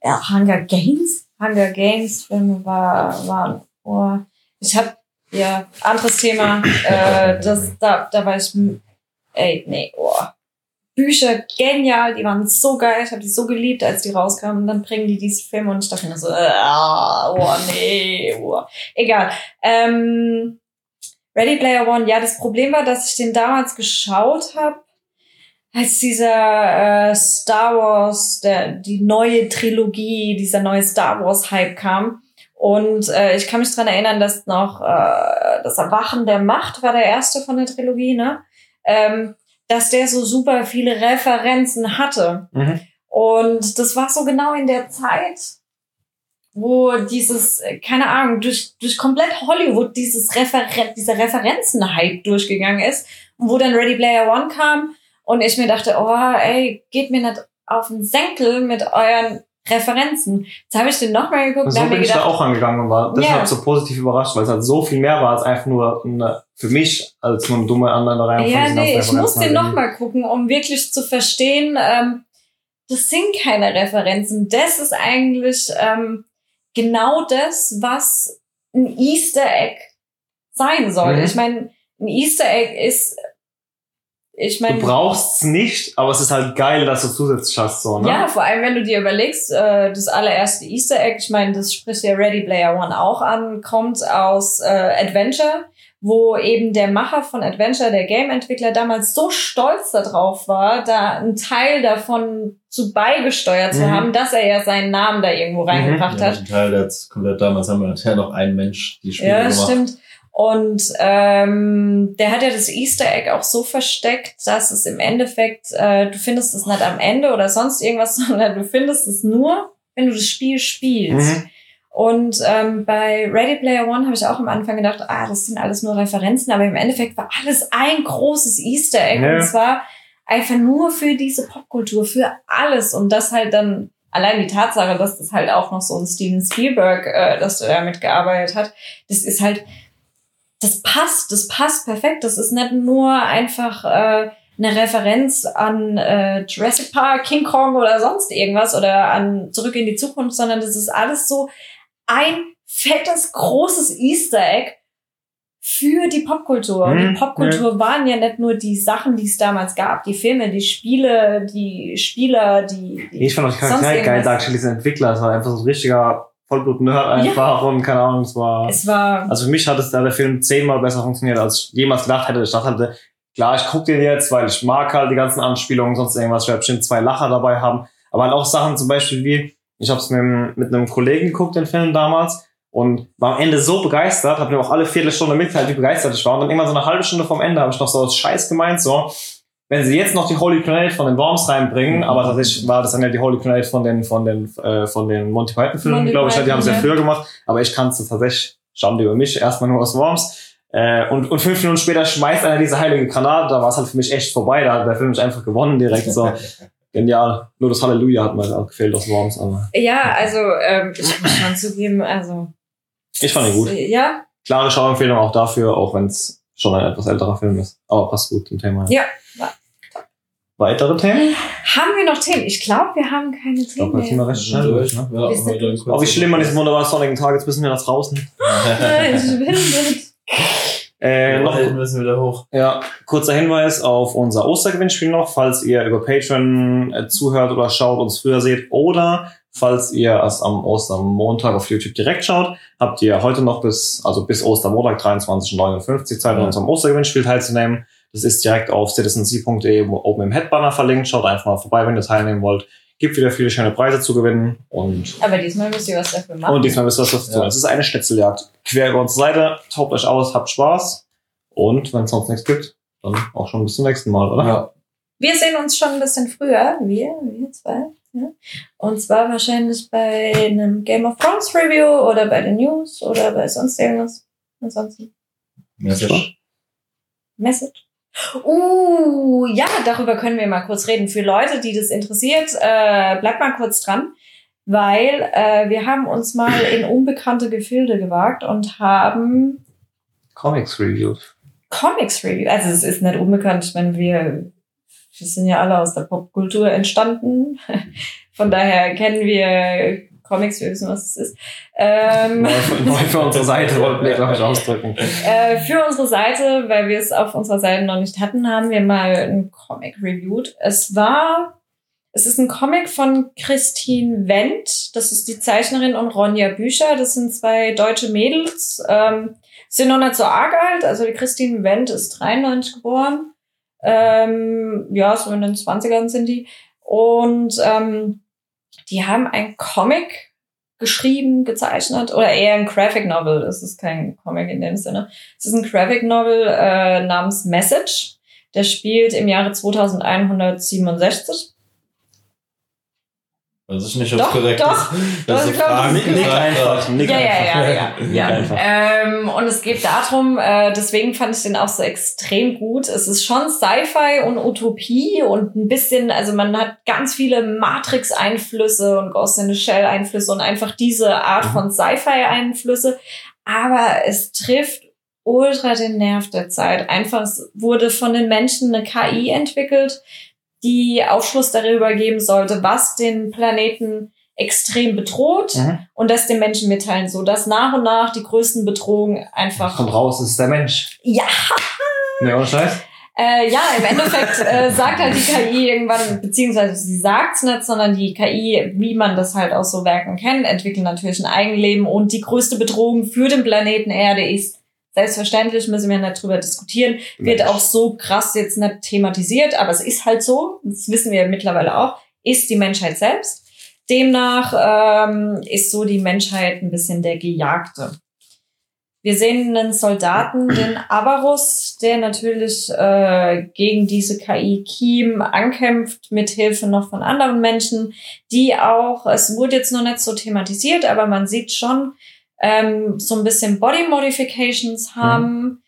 waren, ich hab, ja, anderes Thema, da war ich, Bücher genial, die waren so geil, ich habe die so geliebt, als die rauskamen, und dann bringen die diese Filme und ich dachte mir so, egal. Ready Player One, ja, das Problem war, dass ich den damals geschaut habe, als dieser Star Wars, die neue Trilogie, dieser neue Star Wars Hype kam. Und ich kann mich dran erinnern, dass noch das Erwachen der Macht war der erste von der Trilogie, ne? Dass der so super viele Referenzen hatte. Mhm. Und das war so genau in der Zeit, wo dieses, keine Ahnung, durch komplett Hollywood dieser Referenzen-Hype durchgegangen ist. Und wo dann Ready Player One kam und ich mir dachte, geht mir nicht auf den Senkel mit euren Referenzen. Jetzt habe ich den nochmal geguckt. So bin ich da auch angegangen und war deshalb so positiv überrascht, weil es halt so viel mehr war als einfach nur für mich als nur eine dumme Aneinanderreihung von diesen ganzen Referenzen. Ich muss den nochmal gucken, um wirklich zu verstehen, das sind keine Referenzen. Das ist eigentlich genau das, was ein Easter Egg sein soll. Mhm. Ich meine, ein Easter Egg ist, du brauchst es nicht, aber es ist halt geil, dass du zusätzlich hast, so, ne? Ja, vor allem, wenn du dir überlegst, das allererste Easter Egg, ich meine, das spricht ja Ready Player One auch an, kommt aus Adventure, wo eben der Macher von Adventure, der Game-Entwickler, damals so stolz darauf war, da einen Teil davon zu beigesteuert zu haben, dass er ja seinen Namen da irgendwo reingebracht hat. Den Teil, der jetzt komplett damals haben wir ja noch einen Mensch die Spiele gemacht. Ja, stimmt. Und der hat ja das Easter Egg auch so versteckt, dass es im Endeffekt, du findest es nicht am Ende oder sonst irgendwas, sondern du findest es nur, wenn du das Spiel spielst. Mhm. Und bei Ready Player One habe ich auch am Anfang gedacht, das sind alles nur Referenzen, aber im Endeffekt war alles ein großes Easter Egg. Ja. Und zwar einfach nur für diese Popkultur, für alles. Und das halt dann, allein die Tatsache, dass das halt auch noch so ein Steven Spielberg, dass der da mitgearbeitet hat, das ist halt, das passt perfekt. Das ist nicht nur einfach eine Referenz an Jurassic Park, King Kong oder sonst irgendwas oder an Zurück in die Zukunft, sondern das ist alles so ein fettes, großes Easter Egg für die Popkultur. Und die Popkultur waren ja nicht nur die Sachen, die es damals gab, die Filme, die Spiele, die Spieler, ich fand auch die Charaktere geil dargestellt, diese Entwickler. Es war einfach so ein richtiger Vollblut-Nerd einfach und keine Ahnung, es war, also für mich hat der Film 10-mal besser funktioniert, als ich jemals gedacht hätte. Ich dachte, klar, ich gucke den jetzt, weil ich mag halt die ganzen Anspielungen, sonst irgendwas, ich werde bestimmt 2 Lacher dabei haben, aber halt auch Sachen zum Beispiel wie, ich habe es mit einem Kollegen geguckt, den Film damals, und war am Ende so begeistert, habe mir auch alle Viertelstunde mitgeteilt, wie begeistert ich war, und dann irgendwann so eine halbe Stunde vom Ende habe ich noch so Scheiß gemeint, so, wenn sie jetzt noch die Holy Grenade von den Worms reinbringen, aber tatsächlich war das dann ja die Holy Grenade von den Monty Python Filmen, glaube ich, die haben es ja früher gemacht, aber ich kannte tatsächlich, Schande über mich, erstmal nur aus Worms, und 5 Minuten später schmeißt einer diese heilige Granate, da war es halt für mich echt vorbei, da hat der Film mich einfach gewonnen direkt, so. genial. Nur das Halleluja hat mir auch gefehlt aus Worms, aber. Ja, also, ich muss schon zugeben, also. Ich fand ihn gut. Ja. Klare Schauempfehlung auch dafür, auch wenn es schon ein etwas älterer Film ist. Aber passt gut zum Thema. Ja. Weitere Themen? Haben wir noch Themen? Ich glaube, wir haben keine Themen. Ich glaube, wir sind wir recht schnell durch, ne? Ja, Aber wie schlimm an diesem wunderbaren sonnigen Tag, jetzt müssen wir nach draußen. Ich will nicht. Noch müssen wir wieder hoch. Ja, kurzer Hinweis auf unser Ostergewinnspiel noch, falls ihr über Patreon zuhört oder schaut, uns früher seht, oder falls ihr erst am Ostermontag auf YouTube direkt schaut, habt ihr heute noch bis Ostermontag 23:59 Uhr Zeit, an unserem Ostergewinnspiel teilzunehmen. Das ist direkt auf citizensea.de oben im Headbanner verlinkt. Schaut einfach mal vorbei, wenn ihr teilnehmen wollt. Gibt wieder viele schöne Preise zu gewinnen. Aber diesmal müsst ihr was dafür machen. Und diesmal müsst ihr was dafür tun. Es ist eine Schnitzeljagd. Quer über unsere Seite. Tobt euch aus, habt Spaß. Und wenn es sonst nichts gibt, dann auch schon bis zum nächsten Mal, oder? Ja. Wir sehen uns schon ein bisschen früher. Wir zwei. Ja. Und zwar wahrscheinlich bei einem Game of Thrones Review oder bei den News oder bei sonst irgendwas. Ansonsten. Message. Ja, darüber können wir mal kurz reden. Für Leute, die das interessiert, bleibt mal kurz dran, weil wir haben uns mal in unbekannte Gefilde gewagt und haben Comics reviewed. Also es ist nicht unbekannt. Ich meine, wir sind ja alle aus der Popkultur entstanden. Von daher kennen wir Comics, wir wissen, was es ist. Neu für unsere Seite wollten wir, glaube ich, ausdrücken. Für unsere Seite, weil wir es auf unserer Seite noch nicht hatten, haben wir mal einen Comic reviewed. Es ist ein Comic von Christine Wendt. Das ist die Zeichnerin, und Ronja Bücher. Das sind zwei deutsche Mädels. Sind noch nicht so arg alt. Also die Christine Wendt ist 93 geboren. Ja, so in den 20ern sind die. Und die haben ein Comic geschrieben, gezeichnet, oder eher ein Graphic Novel. Es ist kein Comic in dem Sinne. Es ist ein Graphic Novel namens Message. Der spielt im Jahre 2167. Das ist nicht, ob es korrekt doch. ist. Das ist Fragen. Nicht einfach. Ja. Und es geht darum, deswegen fand ich den auch so extrem gut. Es ist schon Sci-Fi und Utopie und ein bisschen, also man hat ganz viele Matrix-Einflüsse und Ghost in the Shell-Einflüsse und einfach diese Art von Sci-Fi-Einflüsse. Aber es trifft ultra den Nerv der Zeit. Einfach, es wurde von den Menschen eine KI entwickelt, die Aufschluss darüber geben sollte, was den Planeten extrem bedroht und das den Menschen mitteilen, so dass nach und nach die größten Bedrohungen einfach... Kommt raus, es ist der Mensch. Ja! Ne, ohne Scheiß? Ja, im Endeffekt sagt halt die KI irgendwann, beziehungsweise sie sagt's nicht, sondern die KI, wie man das halt aus so Werken kennt, entwickelt natürlich ein Eigenleben, und die größte Bedrohung für den Planeten Erde ist, selbstverständlich, müssen wir nicht drüber diskutieren, wird auch so krass jetzt nicht thematisiert, aber es ist halt so, das wissen wir mittlerweile auch, ist die Menschheit selbst. Demnach ist so die Menschheit ein bisschen der Gejagte. Wir sehen einen Soldaten, den Avarus, der natürlich gegen diese KI Kim ankämpft, mit Hilfe noch von anderen Menschen, die auch, es wurde jetzt noch nicht so thematisiert, aber man sieht schon, so ein bisschen Body Modifications haben,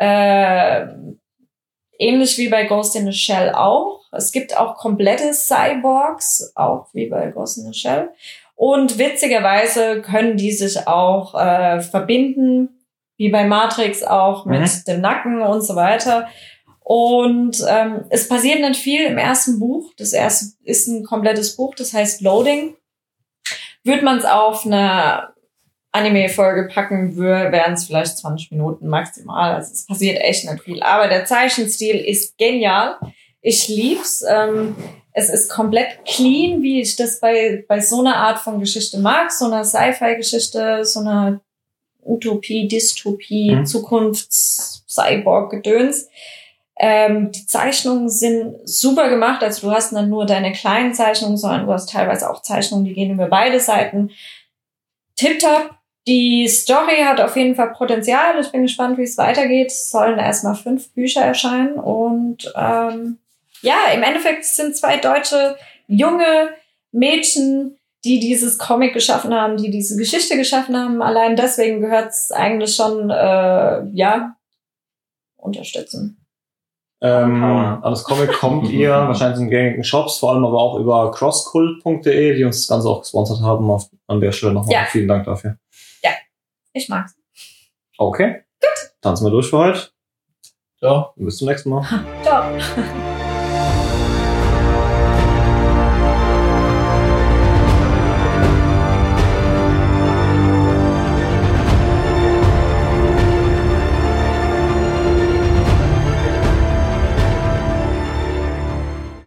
ähnlich wie bei Ghost in the Shell auch. Es gibt auch komplette Cyborgs, auch wie bei Ghost in the Shell. Und witzigerweise können die sich auch verbinden, wie bei Matrix auch, mit dem Nacken und so weiter. Und es passiert nicht viel im ersten Buch. Das erste ist ein komplettes Buch, das heißt Loading. Würde man es auf eine Anime-Folge packen würde, wären es vielleicht 20 Minuten maximal. Also es passiert echt nicht viel. Aber der Zeichenstil ist genial. Ich lieb's. Es ist komplett clean, wie ich das bei so einer Art von Geschichte mag. So einer Sci-Fi-Geschichte, so einer Utopie, Dystopie, Zukunfts-Cyborg-Gedöns. Die Zeichnungen sind super gemacht. Also du hast nicht nur deine kleinen Zeichnungen, sondern du hast teilweise auch Zeichnungen, die gehen über beide Seiten. Tipptopp. Die Story hat auf jeden Fall Potenzial. Ich bin gespannt, wie es weitergeht. Es sollen erstmal 5 Bücher erscheinen. Und ja, im Endeffekt sind 2 deutsche junge Mädchen, die dieses Comic geschaffen haben, die diese Geschichte geschaffen haben. Allein deswegen gehört es eigentlich schon, ja, unterstützen. An das Comic kommt ihr wahrscheinlich in gängigen Shops, vor allem aber auch über crosscult.de, die uns das Ganze auch gesponsert haben. An der Stelle nochmal vielen Dank dafür. Ja, ich mag's. Okay. Gut. Dann sind wir durch für heute. Ciao. Bis zum nächsten Mal. Ciao.